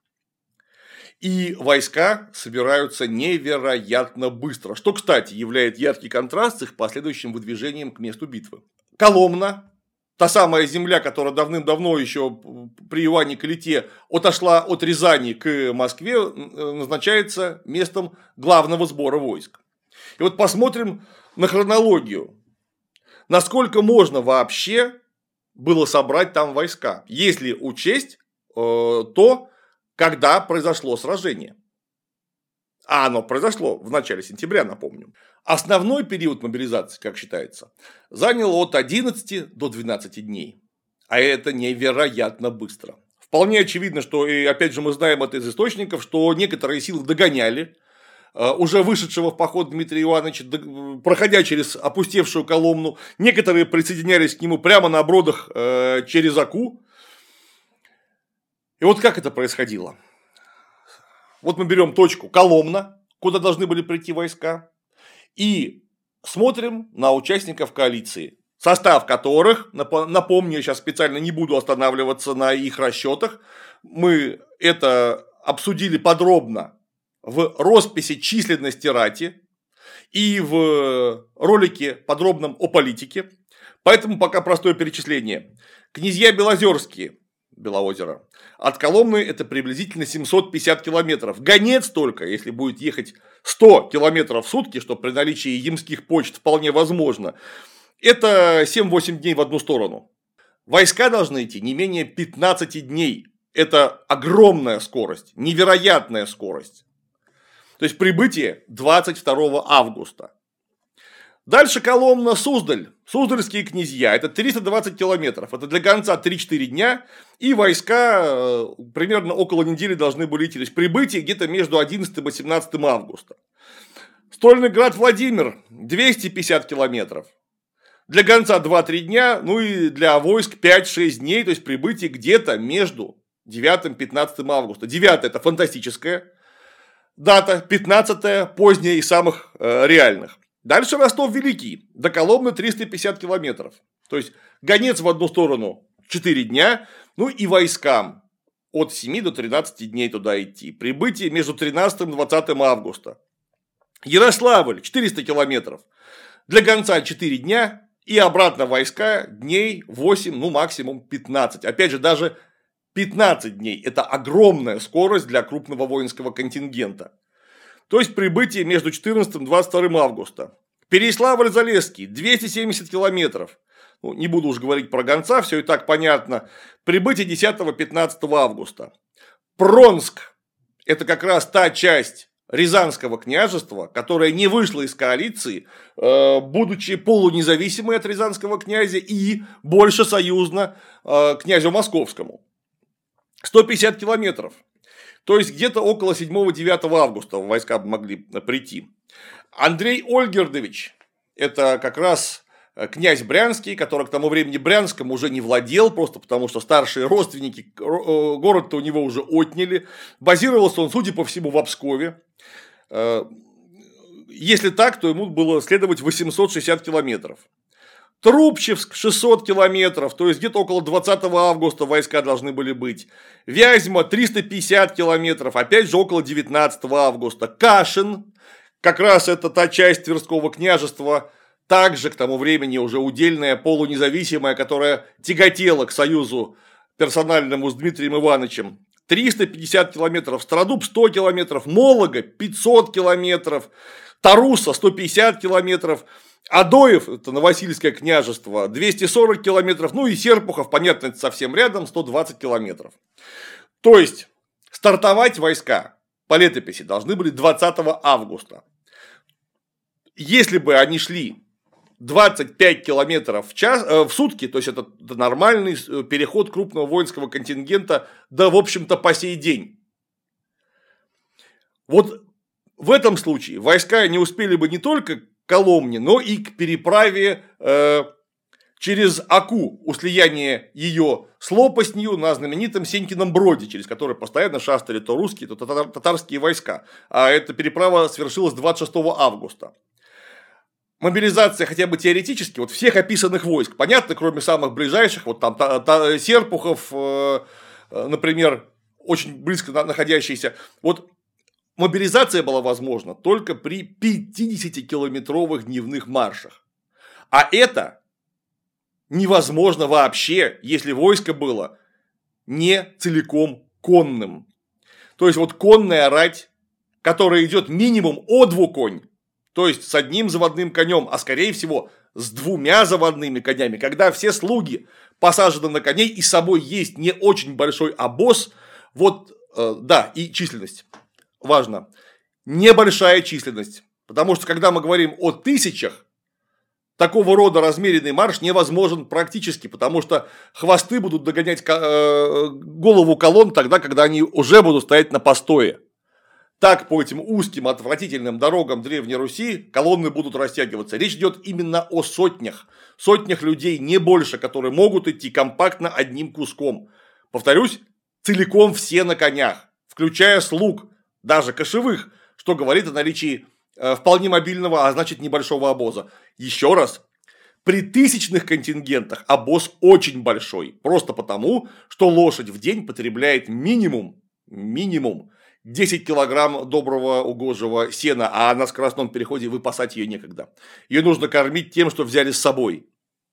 И войска собираются невероятно быстро, что, кстати, является яркий контраст с их последующим выдвижением к месту битвы. Коломна, та самая земля, которая давным-давно еще при Иване Калите отошла от Рязани к Москве, назначается местом главного сбора войск. И вот посмотрим на хронологию. Насколько можно вообще было собрать там войска, если учесть то, когда произошло сражение. А оно произошло в начале сентября, напомню. Основной период мобилизации, как считается, занял от 11 до 12 дней. А это невероятно быстро. Вполне очевидно, что, и опять же мы знаем это из источников, что некоторые силы догоняли уже вышедшего в поход Дмитрия Ивановича, проходя через опустевшую Коломну. Некоторые присоединялись к нему прямо на бродах через Оку. И вот как это происходило. Вот мы берем точку Коломна, куда должны были прийти войска, и смотрим на участников коалиции, состав которых, напомню, я сейчас специально не буду останавливаться на их расчетах, мы это обсудили подробно в росписи численности рати и в ролике подробном о политике, поэтому пока простое перечисление. Князья Белозерские, Белоозеро, от Коломны это приблизительно 750 километров. Гонец только, если будет ехать 100 километров в сутки, что при наличии ямских почт вполне возможно, это 7-8 дней в одну сторону. Войска должны идти не менее 15 дней. Это огромная скорость, невероятная скорость. То есть прибытие 22 августа. Дальше Коломна, Суздаль, Суздальские князья, это 320 километров, это для гонца 3-4 дня, и войска примерно около недели должны были идти, то есть прибытие где-то между 11 и 17 августа. Стольный град Владимир, 250 километров, для гонца 2-3 дня, ну и для войск 5-6 дней, то есть прибытие где-то между 9 и 15 августа. 9 это фантастическая дата, 15 поздняя из самых реальных. Дальше Ростов Великий, до Коломны 350 километров. То есть гонец в одну сторону 4 дня, ну и войскам от 7 до 13 дней туда идти. Прибытие между 13 и 20 августа. Ярославль 400 километров. Для гонца 4 дня и обратно войска дней 8, ну максимум 15. Опять же, даже 15 дней – это огромная скорость для крупного воинского контингента. То есть прибытие между 14 и 22 августа. Переяславль-Залесский 270 километров. Ну, не буду уж говорить про гонца, все и так понятно. Прибытие 10-15 августа. Пронск – это как раз та часть Рязанского княжества, которая не вышла из коалиции, будучи полунезависимой от Рязанского князя и больше союзна князю Московскому. 150 километров. То есть где-то около 7-9 августа войска могли прийти. Андрей Ольгердович, это как раз князь Брянский, который к тому времени Брянском уже не владел, просто потому что старшие родственники город-то у него уже отняли. Базировался он, судя по всему, в Пскове. Если так, то ему было следовать 860 километров. Трубчевск 600 километров, то есть где-то около 20 августа войска должны были быть. Вязьма 350 километров, опять же около 19 августа. Кашин как раз это та часть Тверского княжества, также к тому времени уже удельная, полунезависимая, которая тяготела к союзу персональному с Дмитрием Ивановичем. 350 километров, Стародуб 100 километров, Молога 500 километров, Таруса 150 километров, Адоев, это Новосильское княжество, 240 километров, ну и Серпухов, понятно, это совсем рядом, 120 километров. То есть, стартовать войска по летописи должны были 20 августа. Если бы они шли 25 километров в сутки, то есть это нормальный переход крупного воинского контингента, да, в общем-то, по сей день. Вот в этом случае войска не успели бы не только к Коломне, но и к переправе через Аку, у слияния ее с Лопастью на знаменитом Сенькином броде, через который постоянно шастали то русские, то татарские войска. А эта переправа свершилась 26 августа. Мобилизация хотя бы теоретически вот всех описанных войск, понятно, кроме самых ближайших, вот там Серпухов, например, очень близко находящийся, вот мобилизация была возможна только при 50-километровых дневных маршах. А это невозможно вообще, если войско было не целиком конным. То есть, вот конная рать, которая идет минимум о двуконь, то есть с одним заводным конем, а скорее всего с двумя заводными конями, когда все слуги посажены на коней и с собой есть не очень большой обоз, вот, да, и численность, важно, небольшая численность, потому что когда мы говорим о тысячах, такого рода размеренный марш невозможен практически, потому что хвосты будут догонять голову колонн тогда, когда они уже будут стоять на постое. Так, по этим узким, отвратительным дорогам Древней Руси колонны будут растягиваться. Речь идет именно о сотнях. Сотнях людей, не больше, которые могут идти компактно одним куском. Повторюсь, целиком все на конях, включая слуг, даже кошевых, что говорит о наличии вполне мобильного, а значит небольшого обоза. Еще раз, при тысячных контингентах обоз очень большой. Просто потому, что лошадь в день потребляет минимум 10 килограмм доброго угожего сена, а на скоростном переходе выпасать ее некогда. Ее нужно кормить тем, что взяли с собой.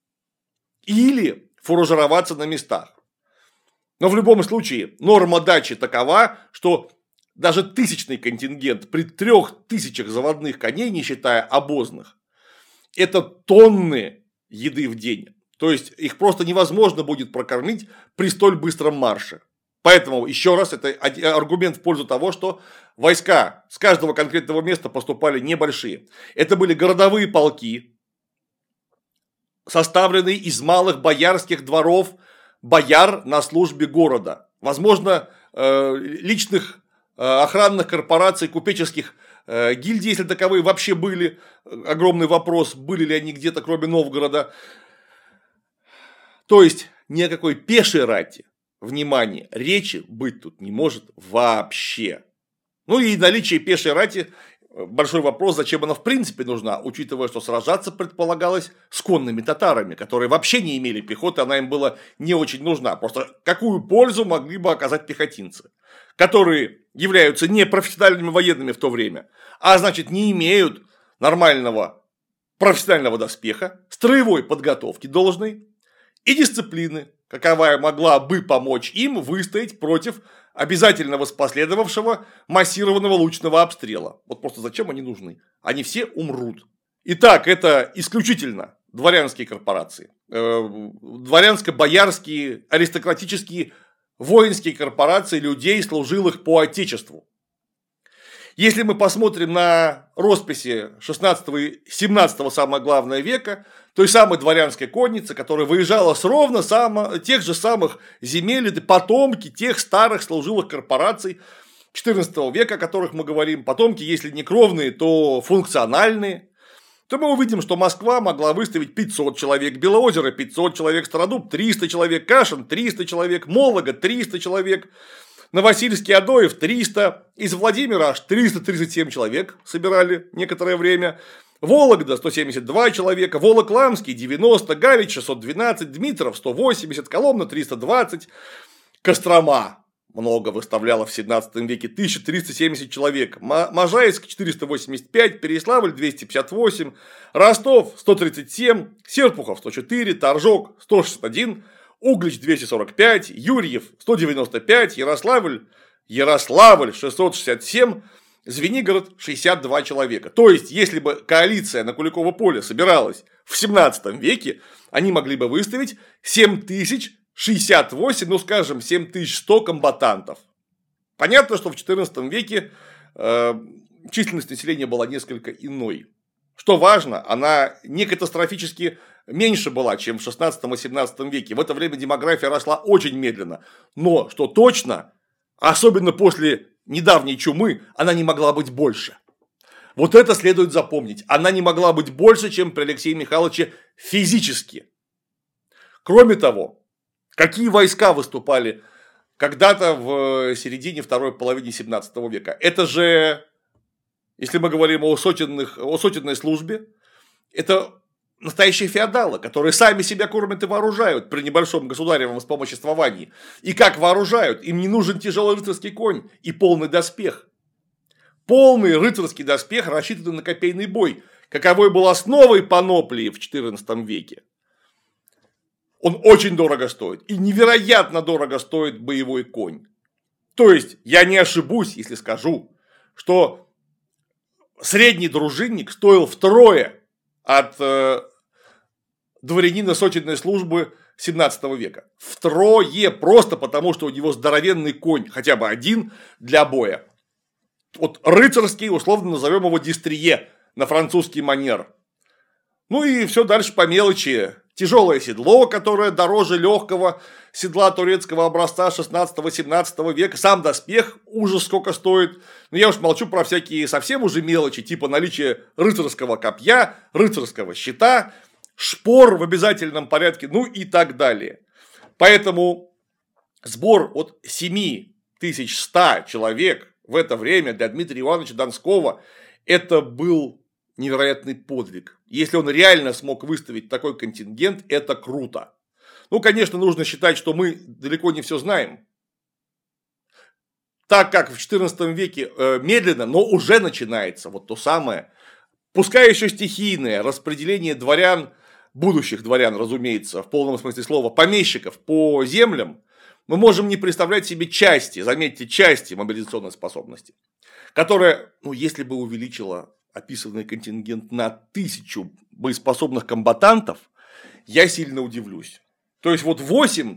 Или фуражироваться на местах. Но в любом случае норма дачи такова, что даже тысячный контингент при 3000 заводных коней, не считая обозных, это тонны еды в день. То есть их просто невозможно будет прокормить при столь быстром марше. Поэтому, еще раз, это аргумент в пользу того, что войска с каждого конкретного места поступали небольшие. Это были городовые полки, составленные из малых боярских дворов, бояр на службе города. Возможно, личных охранных корпораций, купеческих гильдий, если таковые вообще были. Огромный вопрос, были ли они где-то, кроме Новгорода. То есть, ни о какой пешей рати, внимание, речи быть тут не может вообще. Ну и наличие пешей рати, большой вопрос, зачем она в принципе нужна, учитывая, что сражаться предполагалось с конными татарами, которые вообще не имели пехоты, она им была не очень нужна. Просто какую пользу могли бы оказать пехотинцы, которые являются не профессиональными военными в то время, а значит не имеют нормального профессионального доспеха, строевой подготовки должной и дисциплины, каковая могла бы помочь им выстоять против обязательно воспоследовавшего массированного лучного обстрела. Вот просто зачем они нужны? Они все умрут. Итак, это исключительно дворянские корпорации, дворянско-боярские, аристократические, воинские корпорации людей, служилых по отечеству. Если мы посмотрим на росписи 16 и 17 самое главное века, той самой дворянской конницы, которая выезжала с ровно тех же самых земель, это потомки тех старых служилых корпораций 14 века, о которых мы говорим, потомки, если не кровные, то функциональные, то мы увидим, что Москва могла выставить 500 человек, Белоозеро 500 человек, Стародуб 300 человек, Кашин 300 человек, Молога 300 человек, Новосильский, Адоев 300, из Владимира аж 337 человек собирали некоторое время, Вологда 172 человека, Волокламский 90, Галич 612, Дмитров 180, Коломна 320, Кострома много выставляло в 17 веке, 1370 человек. Можайск 485, Переяславль 258, Ростов 137, Серпухов 104, Торжок 161, Углич 245, Юрьев 195, Ярославль 667, Звенигород 62 человека. То есть, если бы коалиция на Куликово поле собиралась в 17 веке, они могли бы выставить 7068, ну скажем, 7100 комбатантов. Понятно, что в 14 веке численность населения была несколько иной. Что важно, она не катастрофически меньше была, чем в 16 и 17 веке. В это время демография росла очень медленно. Но, что точно, особенно после недавней чумы, она не могла быть больше. Вот это следует запомнить. Она не могла быть больше, чем при Алексее Михайловиче физически. Кроме того, какие войска выступали когда-то в середине второй половины 17 века? Это же, если мы говорим о сотенной службе, это настоящие феодалы, которые сами себя кормят и вооружают при небольшом государевом вспомоществовании. И как вооружают? Им не нужен тяжелый рыцарский конь и полный доспех. Полный рыцарский доспех рассчитан на копейный бой, каковой был основой паноплии в XIV веке. Он очень дорого стоит. И невероятно дорого стоит боевой конь. То есть, я не ошибусь, если скажу, что средний дружинник стоил втрое от дворянина сотенной службы 17 века. Втрое, просто потому, что у него здоровенный конь, хотя бы один, для боя. Вот рыцарский, условно назовем его дистрие, на французский манер. Ну и все дальше по мелочи. Тяжелое седло, которое дороже легкого седла турецкого образца 16-17 века. Сам доспех ужас сколько стоит. Но я уж молчу про всякие совсем уже мелочи, типа наличия рыцарского копья, рыцарского щита, шпор в обязательном порядке, ну и так далее. Поэтому сбор от 7100 человек в это время для Дмитрия Ивановича Донского это был невероятный подвиг. Если он реально смог выставить такой контингент, это круто. Ну, конечно, нужно считать, что мы далеко не все знаем. Так как в XIV веке медленно, но уже начинается вот то самое, пускай еще стихийное распределение дворян, будущих дворян, разумеется, в полном смысле слова, помещиков по землям, мы можем не представлять себе части, заметьте, части мобилизационной способности, которая, ну, если бы увеличила описанный контингент на 1000 боеспособных комбатантов, я сильно удивлюсь. То есть, вот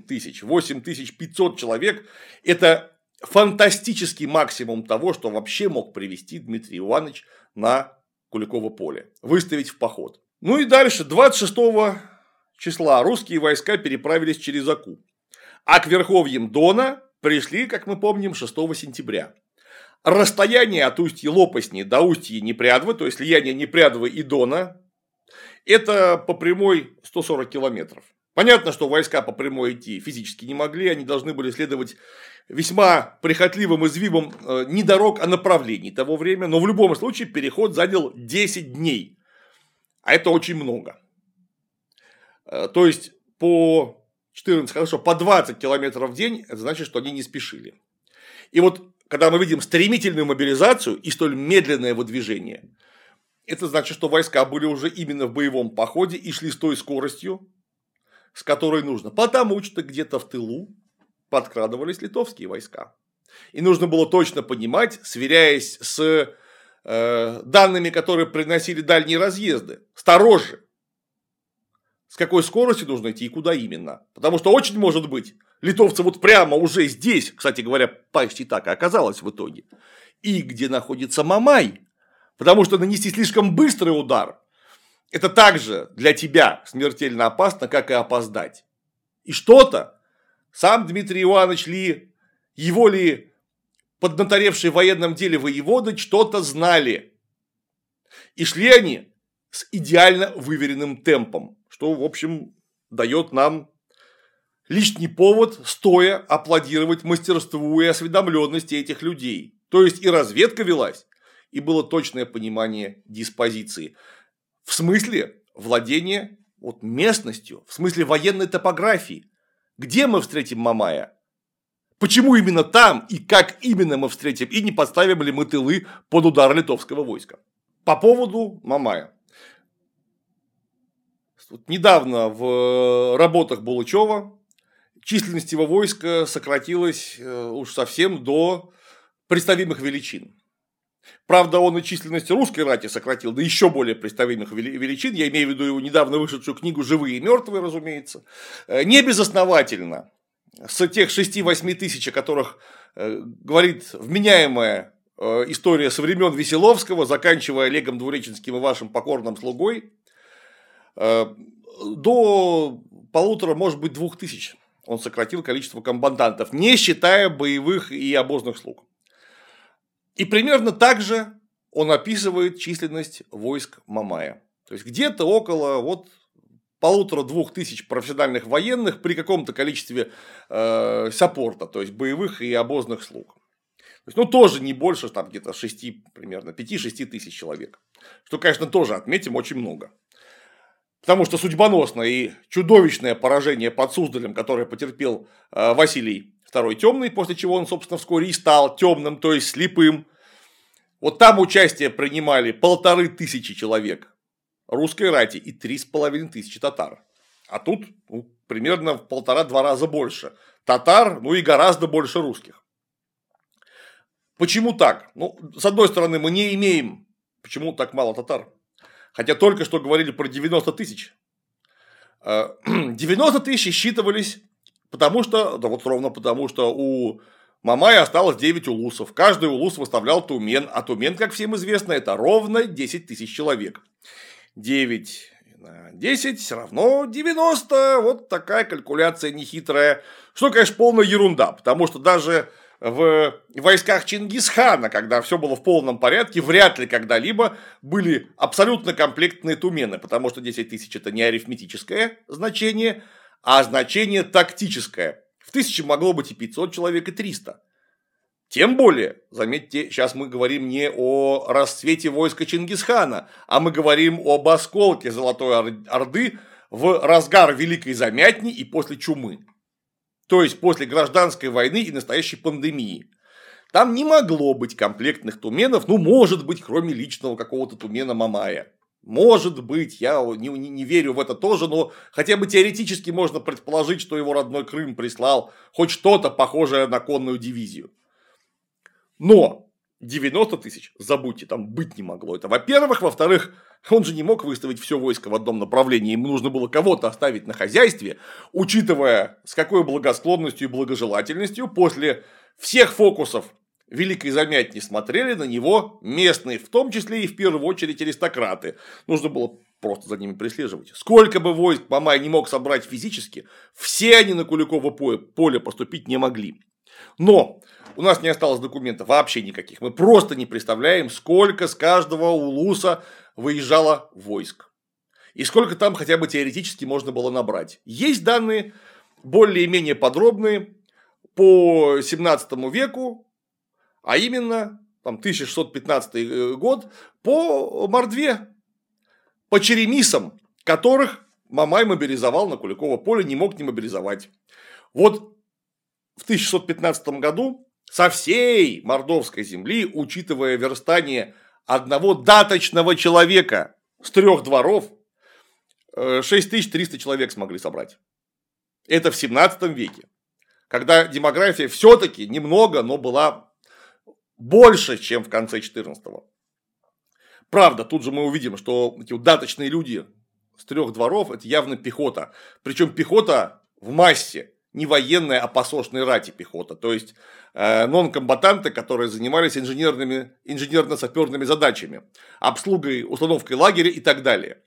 8500 человек – это фантастический максимум того, что вообще мог привести Дмитрий Иванович на Куликово поле, выставить в поход. Ну и дальше, 26 числа русские войска переправились через Оку, а к верховьям Дона пришли, как мы помним, 6 сентября. Расстояние от устья Лопасни до устья Непрядвы, то есть слияние Непрядвы и Дона, это по прямой 140 километров. Понятно, что войска по прямой идти физически не могли, они должны были следовать весьма прихотливым извивам не дорог, а направлений того времени, но в любом случае переход занял 10 дней, а это очень много. То есть по 14, хорошо, по 20 километров в день, это значит, что они не спешили. И вот когда мы видим стремительную мобилизацию и столь медленное выдвижение, это значит, что войска были уже именно в боевом походе и шли с той скоростью, с которой нужно. Потому что где-то в тылу подкрадывались литовские войска. И нужно было точно понимать, сверяясь с данными, которые приносили дальние разъезды, сторожи, с какой скоростью нужно идти и куда именно. Потому что очень может быть, литовцы вот прямо уже здесь, кстати говоря, почти так и оказалось в итоге, и где находится Мамай. Потому что нанести слишком быстрый удар – это также для тебя смертельно опасно, как и опоздать. И что-то сам Дмитрий Иванович ли, его ли поднаторевшие в военном деле воеводы что-то знали. И шли они с идеально выверенным темпом, что, в общем, дает нам лишний повод стоя аплодировать мастерству и осведомленности этих людей. То есть и разведка велась, и было точное понимание диспозиции. В смысле владения местностью, в смысле военной топографии. Где мы встретим Мамая? Почему именно там и как именно мы встретим, и не подставим ли мы тылы под удар литовского войска. По поводу Мамая. Недавно в работах Булычева численность его войска сократилась уж совсем до представимых величин. Правда, он и численность русской рати сократил до еще более представимых величин. Я имею в виду его недавно вышедшую книгу «Живые и мертвые», разумеется. Не безосновательно. С тех 6-8 тысяч, о которых говорит вменяемая история со времен Веселовского, заканчивая Олегом Двуреченским и вашим покорным слугой, до 1,5, может быть, 2 тысяч он сократил количество комбатантов, не считая боевых и обозных слуг. И примерно так же он описывает численность войск Мамая. То есть где-то около 1,5-2 тысяч профессиональных военных при каком-то количестве саппорта, то есть боевых и обозных слуг. То есть, тоже не больше, там где-то 6, примерно 5-6 тысяч человек. Что, конечно, тоже отметим очень много. Потому что судьбоносное и чудовищное поражение под Суздалем, которое потерпел Василий II Темный, после чего он, собственно, вскоре и стал темным, то есть слепым. Вот там участие принимали 1500 человек русской рати и 3500 татар. А тут примерно в 1,5-2 раза больше татар, и гораздо больше русских. Почему так? С одной стороны, мы не имеем, почему так мало татар. Хотя только что говорили про 90 тысяч. 90 тысяч считывались, ровно потому, что у Мамая осталось 9 улусов. Каждый улус выставлял тумен, а тумен, как всем известно, это ровно 10 тысяч человек. 9 на 10 равно 90. Вот такая калькуляция нехитрая. Что, конечно, полная ерунда, потому что даже в войсках Чингисхана, когда все было в полном порядке, вряд ли когда-либо были абсолютно комплектные тумены, потому что 10 тысяч это не арифметическое значение, а значение тактическое. В 1000 могло быть и 500 человек, и 300. Тем более, заметьте, сейчас мы говорим не о расцвете войска Чингисхана, а мы говорим об осколке Золотой Орды в разгар Великой Замятни и после чумы. То есть, после гражданской войны и настоящей пандемии. Там не могло быть комплектных туменов, может быть, кроме личного какого-то тумена Мамая. Может быть, я не верю в это тоже, но хотя бы теоретически можно предположить, что его родной Крым прислал хоть что-то похожее на конную дивизию. Но 90 тысяч, забудьте, там быть не могло. Это во-первых. Во-вторых, он же не мог выставить все войско в одном направлении. Ему нужно было кого-то оставить на хозяйстве, учитывая, с какой благосклонностью и благожелательностью после всех фокусов Великой Замятни смотрели на него местные, в том числе и в первую очередь аристократы. Нужно было просто за ними прислеживать. Сколько бы войск Мамай не мог собрать физически, все они на Куликово поле поступить не могли. Но у нас не осталось документов вообще никаких. Мы просто не представляем, сколько с каждого улуса выезжало войск. И сколько там хотя бы теоретически можно было набрать. Есть данные более-менее подробные по 17 веку, а именно 1615 год, по Мордве, по черемисам, которых Мамай мобилизовал на Куликово поле, не мог не мобилизовать. Вот в 1615 году со всей мордовской земли, учитывая верстание одного даточного человека с 3 дворов, 6300 человек смогли собрать. Это в 17 веке, когда демография все-таки немного, но была больше, чем в конце 14-го. Правда, тут же мы увидим, что эти даточные люди с 3 дворов это явно пехота. Причем пехота в массе. Не военная, а посошной рати пехота. То есть, нон-комбатанты, которые занимались инженерно-саперными задачами, обслугой, установкой лагеря и так далее.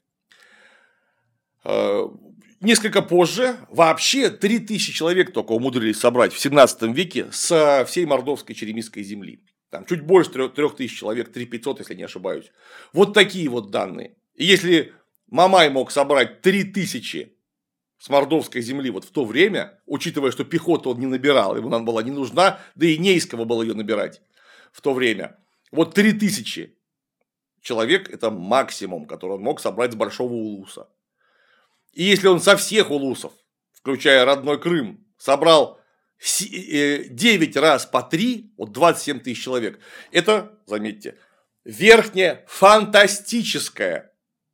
Несколько позже вообще 3000 человек только умудрились собрать в 17 веке со всей мордовской черемисской земли. Там чуть больше 3000 человек, 3500, если не ошибаюсь. Вот такие вот данные. И если Мамай мог собрать 3000 с мордовской земли вот в то время, учитывая, что пехоту он не набирал, ему она была не нужна, да и не из кого было ее набирать в то время. Вот 3000 человек – это максимум, который он мог собрать с большого улуса. И если он со всех улусов, включая родной Крым, собрал 9 раз по 3, вот 27 тысяч человек, это, заметьте, верхняя фантастическая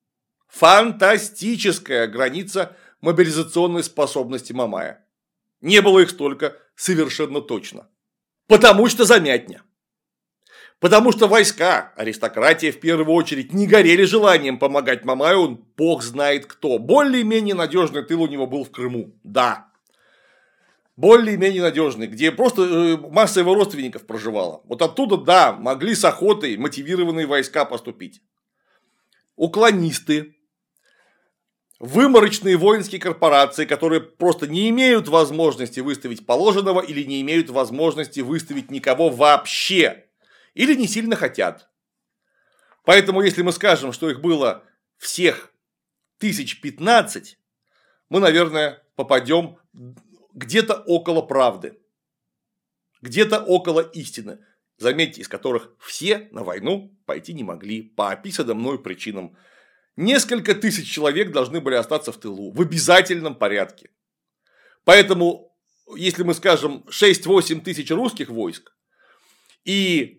граница мобилизационной способности Мамая. Не было их столько совершенно точно. Потому что замятня. Потому что войска, аристократия в первую очередь, не горели желанием помогать Мамаю, он бог знает кто. Более-менее надежный тыл у него был в Крыму, да. Более-менее надежный, где просто масса его родственников проживала. Вот оттуда, да, могли с охотой мотивированные войска поступить. Уклонисты, выморочные воинские корпорации, которые просто не имеют возможности выставить положенного или не имеют возможности выставить никого вообще. Или не сильно хотят. Поэтому, если мы скажем, что их было всех 1015, мы, наверное, попадем где-то около правды. Где-то около истины. Заметьте, из которых все на войну пойти не могли по описанным мною причинам. Несколько тысяч человек должны были остаться в тылу в обязательном порядке. Поэтому, если мы скажем 6-8 тысяч русских войск и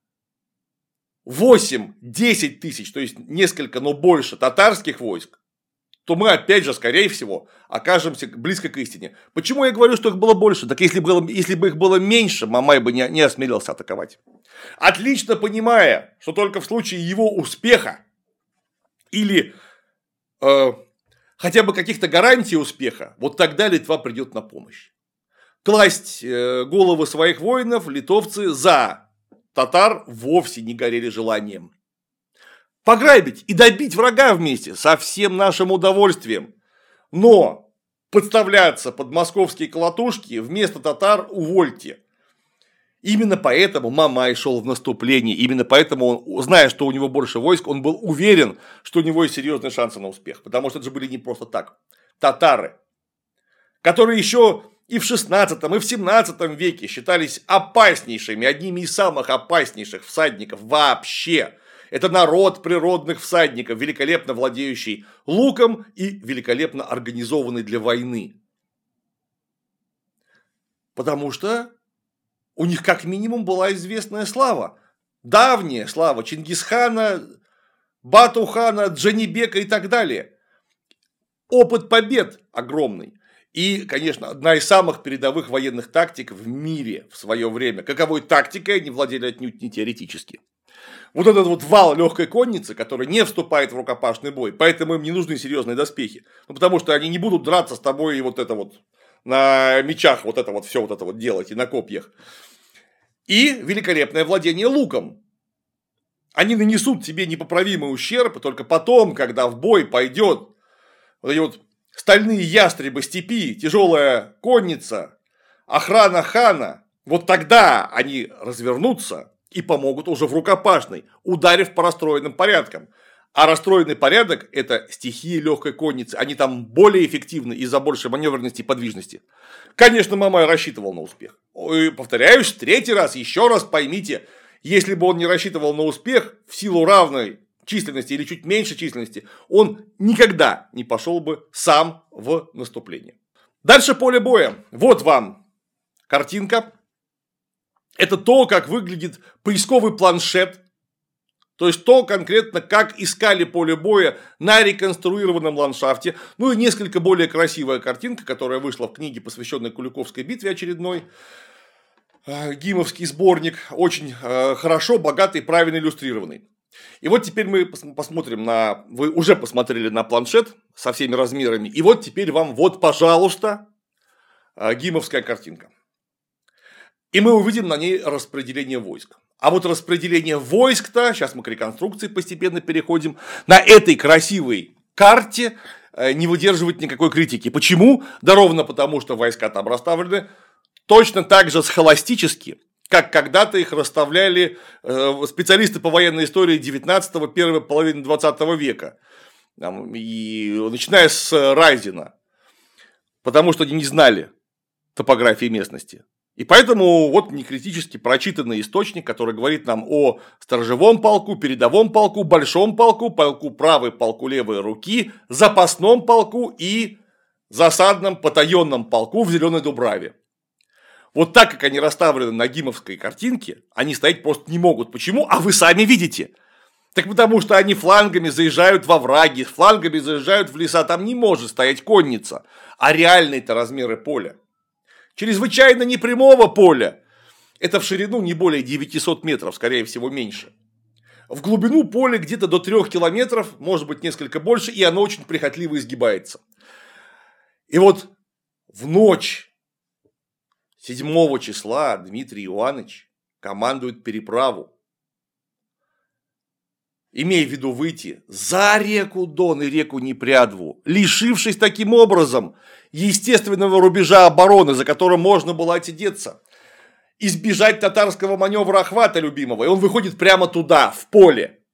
8-10 тысяч, то есть несколько, но больше татарских войск, то мы опять же, скорее всего, окажемся близко к истине. Почему я говорю, что их было больше? Так если бы их было меньше, Мамай бы не осмелился атаковать. Отлично понимая, что только в случае его успеха или хотя бы каких-то гарантий успеха, вот тогда Литва придет на помощь. Класть головы своих воинов литовцы за татар вовсе не горели желанием. Пограбить и добить врага вместе со всем нашим удовольствием. Но подставляться под московские колотушки вместо татар увольте. Именно поэтому Мамай шел в наступление. Именно поэтому он, зная, что у него больше войск, он был уверен, что у него есть серьезные шансы на успех. Потому что это же были не просто так. Татары, которые еще и в 16 и в 17 веке считались опаснейшими, одними из самых опаснейших всадников вообще. Это народ природных всадников, великолепно владеющий луком и великолепно организованный для войны. Потому что у них как минимум была известная слава. Давняя слава Чингисхана, Бату-хана, Джанибека и так далее. Опыт побед огромный. И, конечно, одна из самых передовых военных тактик в мире в свое время. Каковой тактикой они владели отнюдь не теоретически. Вот этот вот вал легкой конницы, который не вступает в рукопашный бой, поэтому им не нужны серьезные доспехи. Ну, потому что они не будут драться с тобой и вот это вот на мечах вот это вот все вот это вот делать и на копьях. И великолепное владение луком. Они нанесут тебе непоправимый ущерб, и только потом, когда в бой пойдет вот эти вот стальные ястребы степи, тяжелая конница, охрана хана, вот тогда они развернутся и помогут уже в рукопашной, ударив по расстроенным порядкам. А расстроенный порядок – это стихии легкой конницы. Они там более эффективны из-за большей маневренности и подвижности. Конечно, Мамай рассчитывал на успех. И, повторяюсь, третий раз, еще раз поймите, если бы он не рассчитывал на успех в силу равной численности или чуть меньше численности, он никогда не пошел бы сам в наступление. Дальше поле боя. Вот вам картинка. Это то, как выглядит поисковый планшет. То есть то конкретно, как искали поле боя на реконструированном ландшафте. Ну и несколько более красивая картинка, которая вышла в книге, посвященной Куликовской битве очередной. Гимовский сборник. Очень хорошо, богатый, правильно иллюстрированный. И вот теперь мы посмотрим на... Вы уже посмотрели на планшет со всеми размерами. И вот теперь вам вот, пожалуйста, гимовская картинка. И мы увидим на ней распределение войск. А вот распределение войск-то, сейчас мы к реконструкции постепенно переходим, на этой красивой карте не выдерживает никакой критики. Почему? Да ровно потому, что войска там расставлены точно так же схоластически, как когда-то их расставляли специалисты по военной истории 19-го, первой половины 20 века. И начиная с Райзена. Потому что они не знали топографии местности. И поэтому вот некритически прочитанный источник, который говорит нам о сторожевом полку, передовом полку, большом полку, полку правой, полку левой руки, запасном полку и засадном потаенном полку в Зеленой Дубраве. Вот так, как они расставлены на гимовской картинке, они стоять просто не могут. Почему? А вы сами видите. Так потому что они флангами заезжают во враги, флангами заезжают в леса, там не может стоять конница. А реальные-то размеры поля. Чрезвычайно непрямого поля. Это в ширину не более 900 метров, скорее всего меньше. В глубину поля где-то до 3 километров, может быть несколько больше, и оно очень прихотливо изгибается. И вот в ночь 7 числа Дмитрий Иванович командует переправу. Имея в виду выйти за реку Дон и реку Непрядву, лишившись таким образом естественного рубежа обороны, за которым можно было отсидеться, избежать татарского маневра охвата любимого, и он выходит прямо туда, в поле,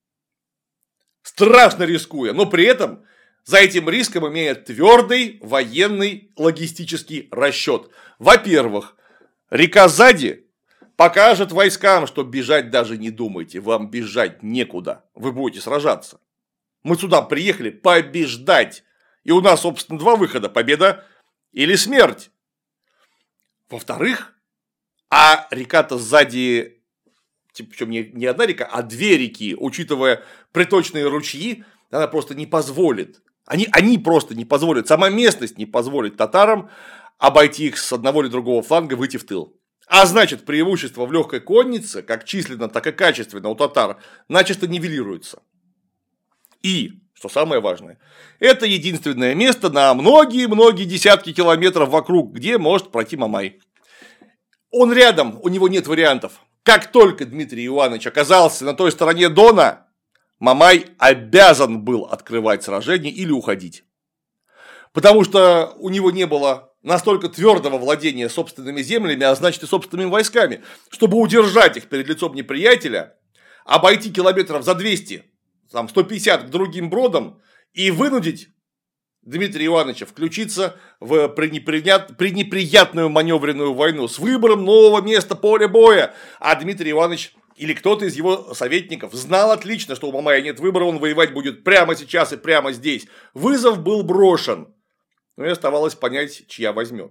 страшно рискуя, но при этом за этим риском имея твердый военный логистический расчет. Во-первых, река сзади покажет войскам, что бежать даже не думайте, вам бежать некуда, вы будете сражаться. Мы сюда приехали побеждать, и у нас, собственно, 2 выхода: победа или смерть. Во-вторых, а река-то сзади, причем не одна река, а 2 реки, учитывая приточные ручьи, она просто не позволит. Они просто не позволят, сама местность не позволит татарам обойти их с одного или другого фланга, выйти в тыл. А значит, преимущество в легкой коннице, как численно, так и качественно у татар, начисто нивелируется. И, что самое важное, это единственное место на многие-многие десятки километров вокруг, где может пройти Мамай. Он рядом, у него нет вариантов. Как только Дмитрий Иванович оказался на той стороне Дона, Мамай обязан был открывать сражение или уходить. Потому что у него не было настолько твердого владения собственными землями, а значит и собственными войсками, чтобы удержать их перед лицом неприятеля, обойти километров за 200, там 150 к другим бродам и вынудить Дмитрия Ивановича включиться в пренеприятную маневренную войну с выбором нового места поля боя. А Дмитрий Иванович или кто-то из его советников знал отлично, что у Мамая нет выбора, он воевать будет прямо сейчас и прямо здесь. Вызов был брошен. Но и оставалось понять, чья возьмет.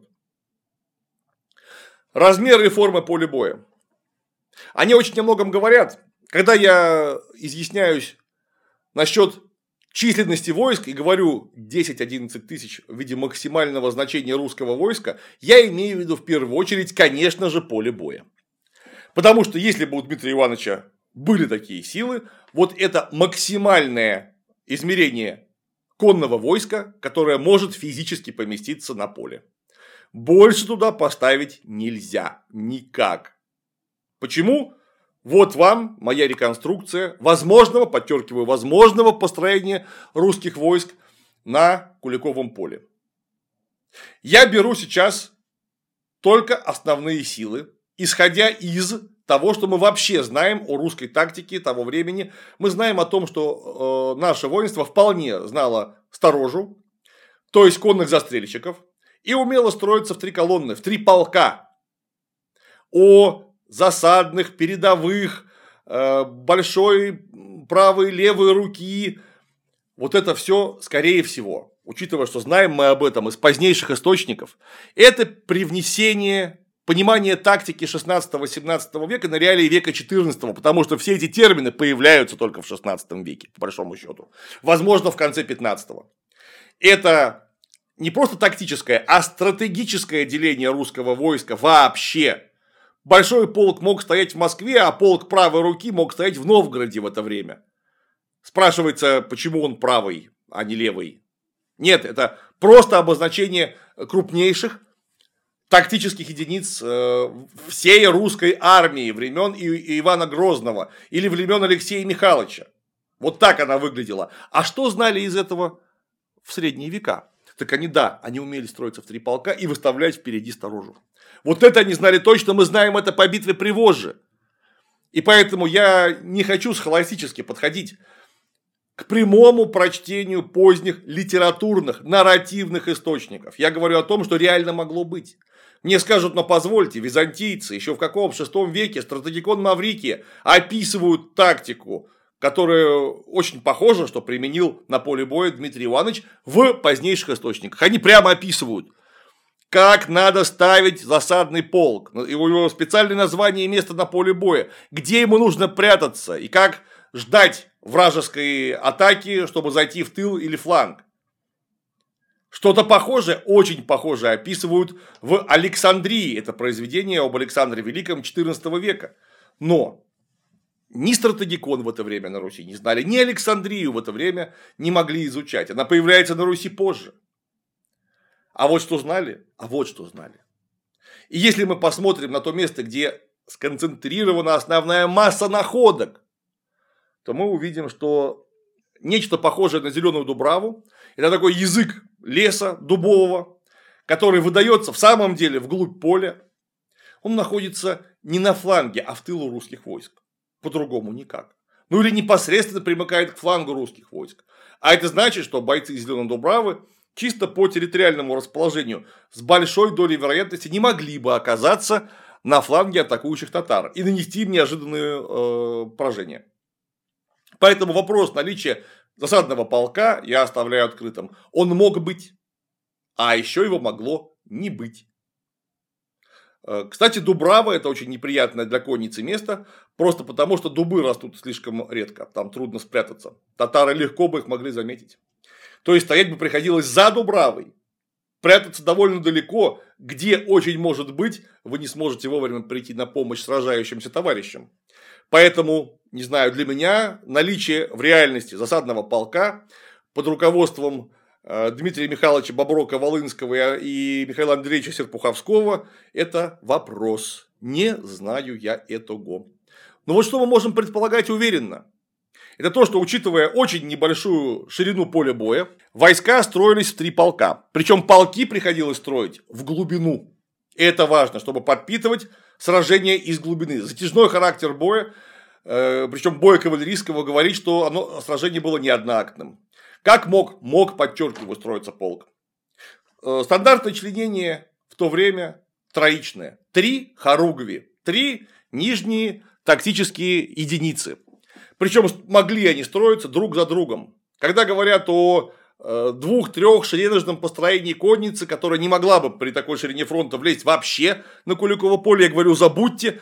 Размеры и формы поля боя. Они очень о многом говорят. Когда я изъясняюсь насчет численности войск и говорю 10-11 тысяч в виде максимального значения русского войска, я имею в виду в первую очередь, конечно же, поле боя. Потому что если бы у Дмитрия Ивановича были такие силы, вот это максимальное измерение конного войска, которое может физически поместиться на поле. Больше туда поставить нельзя. Никак. Почему? Вот вам моя реконструкция возможного, подчеркиваю, возможного построения русских войск на Куликовом поле. Я беру сейчас только основные силы, исходя из того, что мы вообще знаем о русской тактике того времени. Мы знаем о том, что наше воинство вполне знало сторожу, то есть конных застрельщиков, и умело строиться в 3 колонны, в 3 полка. О засадных, передовых, большой правой, левой руки. Вот это все, скорее всего, учитывая, что знаем мы об этом из позднейших источников, это привнесение понимание тактики 16-18 века на реалии века 14, потому что все эти термины появляются только в 16 веке, по большому счету. Возможно, в конце 15. Это не просто тактическое, а стратегическое деление русского войска вообще. Большой полк мог стоять в Москве, а полк правой руки мог стоять в Новгороде в это время. Спрашивается, почему он правый, а не левый. Нет, это просто обозначение крупнейших тактических единиц всей русской армии времен Ивана Грозного или времен Алексея Михайловича. Вот так она выглядела. А что знали из этого в средние века? Так они умели строиться в 3 полка и выставлять впереди сторожу. Вот это они знали точно, мы знаем это по битве при Вожжи. И поэтому я не хочу схоластически подходить к прямому прочтению поздних литературных, нарративных источников. Я говорю о том, что реально могло быть. Мне скажут, но позвольте, византийцы еще в каком? В VI веке стратегикон Маврикия описывают тактику, которая очень похожа, что применил на поле боя Дмитрий Иванович в позднейших источниках. Они прямо описывают, как надо ставить засадный полк, его специальное название и место на поле боя, где ему нужно прятаться и как ждать вражеской атаки, чтобы зайти в тыл или фланг. Что-то похожее, очень похожее описывают в Александрии. Это произведение об Александре Великом XIV века. Но ни стратегикон в это время на Руси не знали, ни Александрию в это время не могли изучать. Она появляется на Руси позже. А вот что знали? А вот что знали. И если мы посмотрим на то место, где сконцентрирована основная масса находок, то мы увидим, что нечто похожее на зеленую дубраву – это такой язык леса дубового, который выдается в самом деле вглубь поля. Он находится не на фланге, а в тылу русских войск. По-другому никак. Ну или непосредственно примыкает к флангу русских войск. А это значит, что бойцы Зеленой Дубравы чисто по территориальному расположению с большой долей вероятности не могли бы оказаться на фланге атакующих татар и нанести им неожиданное поражение. Поэтому вопрос наличия засадного полка я оставляю открытым. Он мог быть, а еще его могло не быть. Кстати, Дубрава – это очень неприятное для конницы место, просто потому, что дубы растут слишком редко, там трудно спрятаться. Татары легко бы их могли заметить. То есть, стоять бы приходилось за Дубравой, прятаться довольно далеко, где очень может быть, вы не сможете вовремя прийти на помощь сражающимся товарищам. Поэтому, не знаю, для меня наличие в реальности засадного полка под руководством Дмитрия Михайловича Боброка-Волынского и Михаила Андреевича Серпуховского – это вопрос. Не знаю я этого. Но вот что мы можем предполагать уверенно. Это то, что, учитывая очень небольшую ширину поля боя, войска строились в 3 полка. Причем полки приходилось строить в глубину. И это важно, чтобы подпитывать сражение из глубины. Затяжной характер боя, причем боя кавалерийского, говорит, что сражение было не одноактным. Как мог, подчеркиваю, строиться полк. Стандартное членение в то время троичное. 3 хоругви, 3 нижние тактические единицы. Причем могли они строиться друг за другом. Когда говорят о 2-3 шеренжном построении конницы, которая не могла бы при такой ширине фронта влезть вообще на Куликово поле, я говорю, забудьте.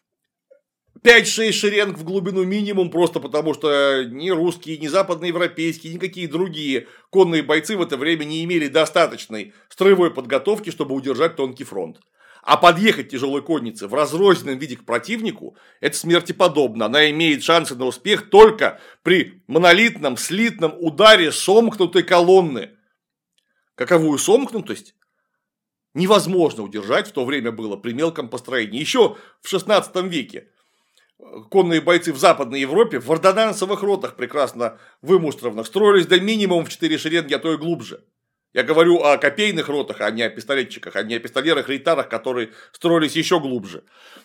5-6 шеренг в глубину минимум, просто потому что ни русские, ни западноевропейские, никакие другие конные бойцы в это время не имели достаточной строевой подготовки, чтобы удержать тонкий фронт. А подъехать тяжелой коннице в разрозненном виде к противнику – это смерти подобно. Она имеет шансы на успех только при монолитном, слитном ударе сомкнутой колонны. Каковую сомкнутость невозможно удержать в то время было при мелком построении. Еще в XVI веке конные бойцы в Западной Европе в ордонансовых ротах прекрасно вымуштрованных строились до минимум в 4 шеренги, а то и глубже. Я говорю о копейных ротах, а не о пистолетчиках, а не о пистолерах-рейтарах, которые строились еще глубже.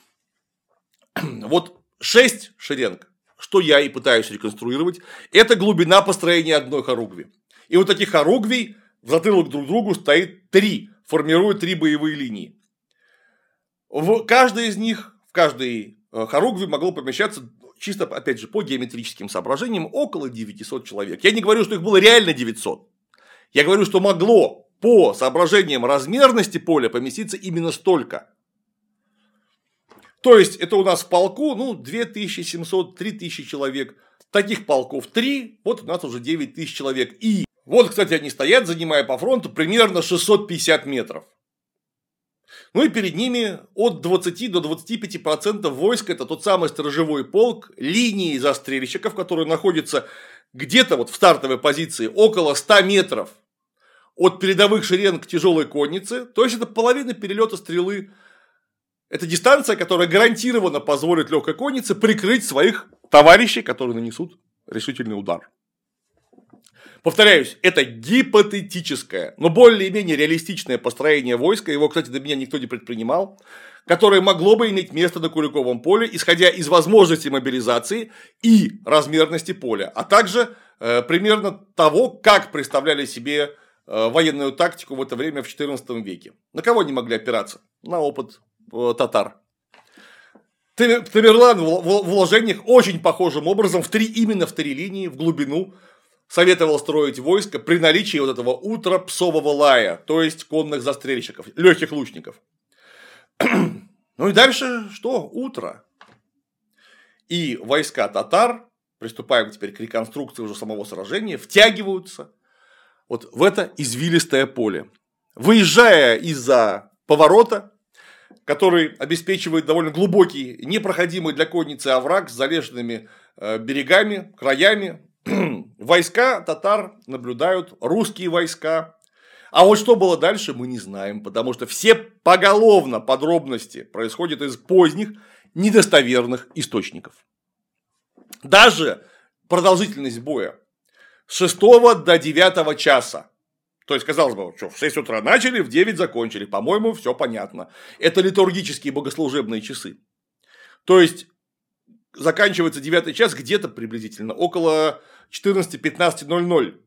Вот 6 шеренг, что я и пытаюсь реконструировать, это глубина построения одной хоругви. И вот таких хоругвий в затылок друг другу стоит 3, формируя 3 боевые линии. В каждой из них, в каждой хоругви могло помещаться, чисто, опять же, по геометрическим соображениям, около 900 человек. Я не говорю, что их было реально 900. Я говорю, что могло по соображениям размерности поля поместиться именно столько. То есть, это у нас в полку 2700-3000 человек. Таких полков 3, вот у нас уже 9000 человек. И вот, кстати, они стоят, занимая по фронту примерно 650 метров. Ну и перед ними от 20 до 25% войск – это тот самый сторожевой полк, линии застрельщиков, которые находятся где-то вот в стартовой позиции около 100 метров от передовых шеренг тяжелой конницы. То есть, это половина перелета стрелы. Это дистанция, которая гарантированно позволит легкой коннице прикрыть своих товарищей, которые нанесут решительный удар. Повторяюсь, это гипотетическое, но более-менее реалистичное построение войска, его, кстати, до меня никто не предпринимал, которое могло бы иметь место на Куликовом поле, исходя из возможности мобилизации и размерности поля, а также примерно того, как представляли себе военную тактику в это время в XIV веке. На кого они могли опираться? На опыт татар. Тамерлан в вложениях очень похожим образом именно в 3 линии, в глубину, советовал строить войско при наличии вот этого утропсового лая, то есть конных застрельщиков, легких лучников. Ну и дальше что? Утро. И войска татар, приступаем теперь к реконструкции уже самого сражения, втягиваются вот в это извилистое поле. Выезжая из-за поворота, который обеспечивает довольно глубокий, непроходимый для конницы овраг с залеженными берегами, краями, войска татар наблюдают русские войска. А вот что было дальше, мы не знаем, потому что все поголовно подробности происходят из поздних, недостоверных источников. Даже продолжительность боя с 6 до 9 часа. То есть, казалось бы, что в 6 утра начали, в 9 закончили. По-моему, все понятно. Это литургические богослужебные часы. То есть, заканчивается 9 час где-то приблизительно около 14-15:00.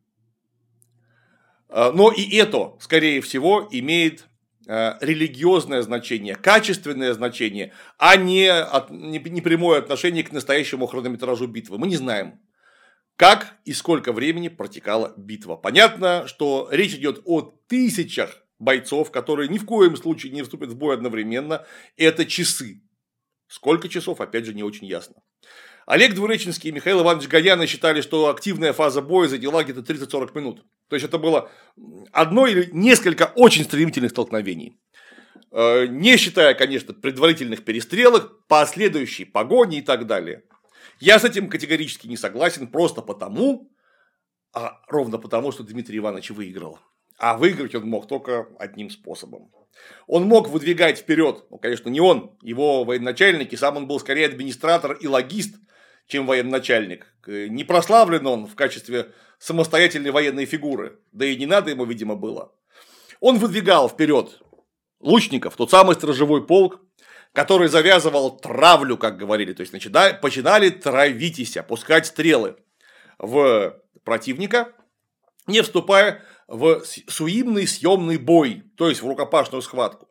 Но и это, скорее всего, имеет религиозное значение, качественное значение, а не прямое отношение к настоящему хронометражу битвы. Мы не знаем, как и сколько времени протекала битва. Понятно, что речь идет о тысячах бойцов, которые ни в коем случае не вступят в бой одновременно. Это часы. Сколько часов, опять же, не очень ясно. Олег Двуреченский и Михаил Иванович Гаяны считали, что активная фаза боя заняла где-то 30-40 минут. То есть, это было одно или несколько очень стремительных столкновений. Не считая, конечно, предварительных перестрелок, последующей погони и так далее. Я с этим категорически не согласен просто потому, ровно потому, что Дмитрий Иванович выиграл. А выиграть он мог только одним способом. Он мог выдвигать вперед, ну, конечно, не он, его военачальники, сам он был скорее администратор и логист, чем военачальник. Не прославлен он в качестве самостоятельной военной фигуры, да и не надо ему, видимо, было. Он выдвигал вперед лучников, тот самый сторожевой полк, который завязывал травлю, как говорили, то есть начинали травитесь, пускать стрелы в противника, не вступая в суимный съемный бой, то есть в рукопашную схватку.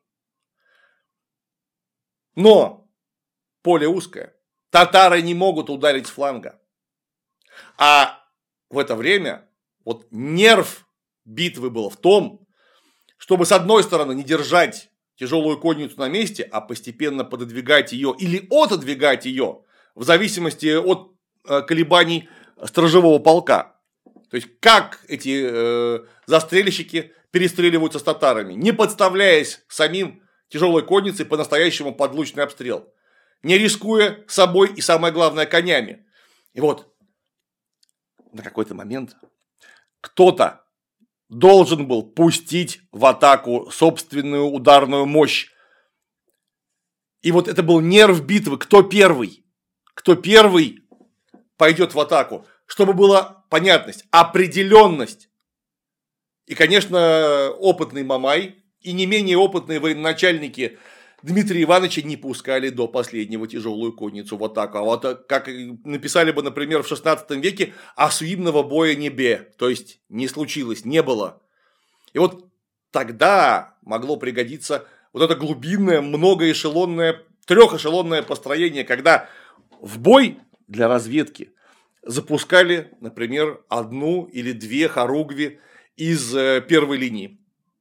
Но поле узкое, татары не могут ударить с фланга. А в это время вот нерв битвы был в том, чтобы с одной стороны не держать тяжелую конницу на месте, а постепенно пододвигать ее или отодвигать ее в зависимости от колебаний сторожевого полка. То есть, как эти застрельщики перестреливаются с татарами, не подставляясь самим тяжелой конницей по-настоящему под лучный обстрел, не рискуя собой и, самое главное, конями. И вот на какой-то момент кто-то должен был пустить в атаку собственную ударную мощь. И вот это был нерв битвы. Кто первый пойдет в атаку, чтобы была понятность, определенность. И, конечно, опытный Мамай и не менее опытные военачальники Дмитрия Ивановича не пускали до последнего тяжелую конницу в атаку. А вот как написали бы, например, в 16 веке, осуимного боя не бе, то есть не случилось, не было. И вот тогда могло пригодиться вот это глубинное, многоэшелонное, трехэшелонное построение, когда в бой для разведки запускали, например, 1 или 2 хоругви из первой линии.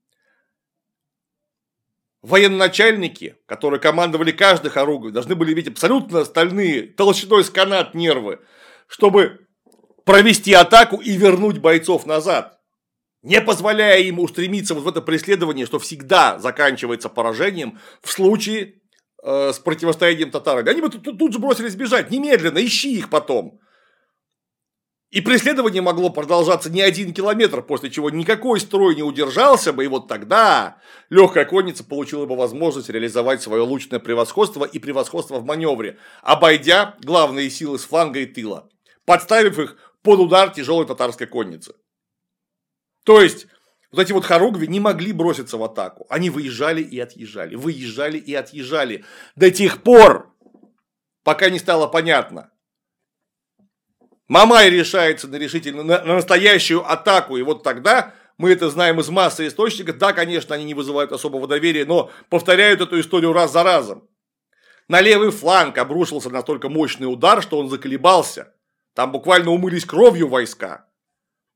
Военачальники, которые командовали каждой хоругвью, должны были иметь абсолютно стальные, толщиной с канат нервы, чтобы провести атаку и вернуть бойцов назад, не позволяя им устремиться вот в это преследование, что всегда заканчивается поражением в случае с противостоянием татарами. Они бы тут же бросились бежать, немедленно, ищи их потом. И преследование могло продолжаться не 1 километр, после чего никакой строй не удержался бы, и вот тогда легкая конница получила бы возможность реализовать свое лучное превосходство и превосходство в маневре, обойдя главные силы с фланга и тыла, подставив их под удар тяжелой татарской конницы. То есть, вот эти вот хоругви не могли броситься в атаку, они выезжали и отъезжали до тех пор, пока не стало понятно. Мамай решается на настоящую атаку, и вот тогда, мы это знаем из массы источников, да, конечно, они не вызывают особого доверия, но повторяют эту историю раз за разом. На левый фланг обрушился настолько мощный удар, что он заколебался. Там буквально умылись кровью войска.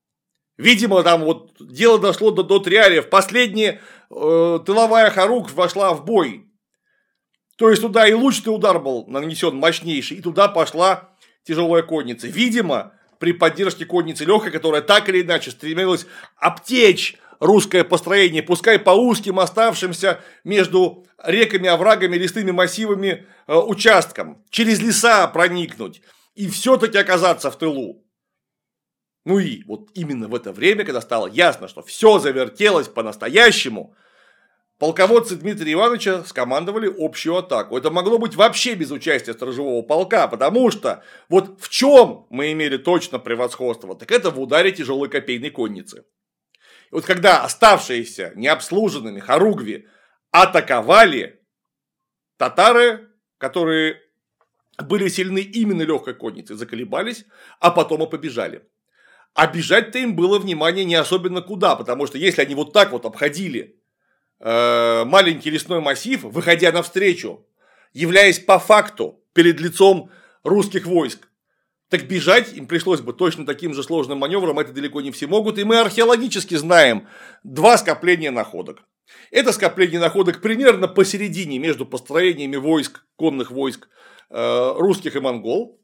Видимо, там вот дело дошло до триариев. Последняя тыловая Харук вошла в бой. То есть туда и лучный удар был нанесен мощнейший, и туда пошла тяжелая конница. Видимо, при поддержке конницы легкой, которая так или иначе стремилась обтечь русское построение, пускай по узким оставшимся между реками, оврагами, лесными массивами участкам, через леса проникнуть и все-таки оказаться в тылу. Ну и вот именно в это время, когда стало ясно, что все завертелось по-настоящему, полководцы Дмитрия Ивановича скомандовали общую атаку. Это могло быть вообще без участия сторожевого полка, потому что вот в чем мы имели точно превосходство, так это в ударе тяжелой копейной конницы. И вот когда оставшиеся необслуженными хоругви атаковали, татары, которые были сильны именно легкой конницей, заколебались, а потом и побежали. А бежать-то им было, внимание, не особенно куда, потому что если они вот так вот обходили маленький лесной массив, выходя навстречу, являясь по факту перед лицом русских войск, так бежать им пришлось бы точно таким же сложным маневром, это далеко не все могут, и мы археологически знаем два скопления находок. Это скопление находок примерно посередине между построениями войск, конных войск русских и монгол,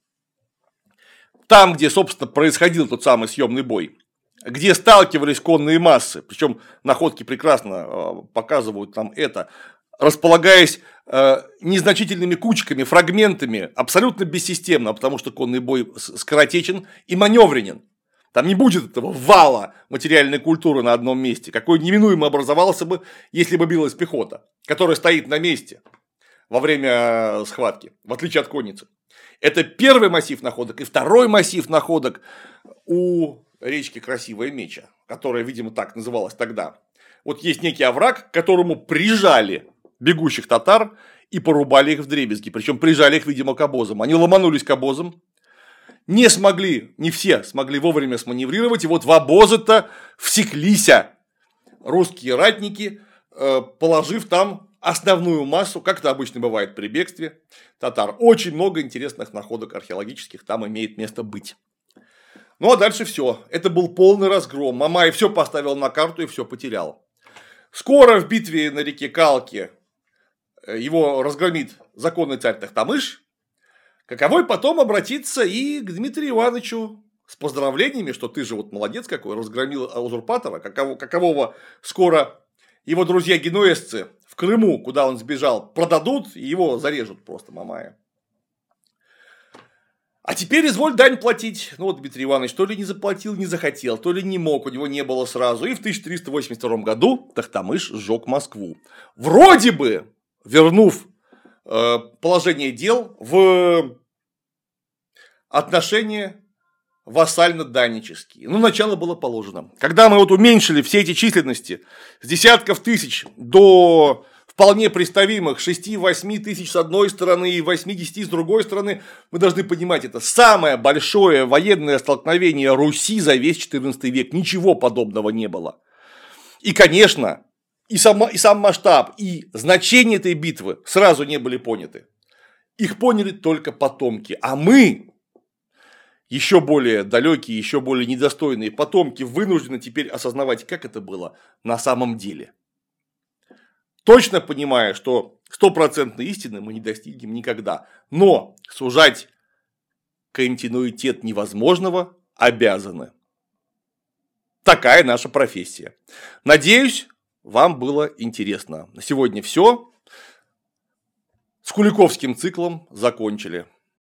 там, где, собственно, происходил тот самый съемный бой, где сталкивались конные массы, причем находки прекрасно показывают нам это, располагаясь незначительными кучками, фрагментами, абсолютно бессистемно, потому что конный бой скоротечен и маневренен. Там не будет этого вала материальной культуры на одном месте, какой неминуемо образовался бы, если бы билась пехота, которая стоит на месте во время схватки, в отличие от конницы. Это первый массив находок. И второй массив находок у речки Красивая Меча, которая, видимо, так называлась тогда. Вот есть некий овраг, к которому прижали бегущих татар и порубали их вдребезги. Причем прижали их, видимо, к обозам. Они ломанулись к обозам, не смогли, не все смогли вовремя сманеврировать. И вот в обозы-то всеклись русские ратники, положив там основную массу, как это обычно бывает при бегстве татар. Очень много интересных находок археологических там имеет место быть. Ну а дальше все. Это был полный разгром. Мамай все поставил на карту и все потерял. Скоро в битве на реке Калки его разгромит законный царь Тохтамыш, каковой потом обратится и к Дмитрию Ивановичу с поздравлениями, что ты же вот молодец какой, разгромил узурпатора, какового скоро его друзья-генуэзцы в Крыму, куда он сбежал, продадут и его зарежут просто, Мамая. А теперь изволь дань платить. Ну вот Дмитрий Иванович то ли не заплатил, не захотел, то ли не мог, у него не было сразу. И в 1382 году Тохтамыш сжег Москву. Вроде бы вернув положение дел в отношения вассально-даннические. Ну, начало было положено. Когда мы вот уменьшили все эти численности с десятков тысяч до вполне представимых 6-8 тысяч с одной стороны и 80 с другой стороны, мы должны понимать, это самое большое военное столкновение Руси за весь XIV век. Ничего подобного не было. И, конечно, и сам масштаб, и значение этой битвы сразу не были поняты. Их поняли только потомки. А мы, еще более далекие, еще более недостойные потомки, вынуждены теперь осознавать, как это было на самом деле. Точно понимая, что стопроцентной истины мы не достигнем никогда. Но сужать континуитет невозможного обязаны. Такая наша профессия. Надеюсь, вам было интересно. На сегодня все. С Куликовским циклом закончили.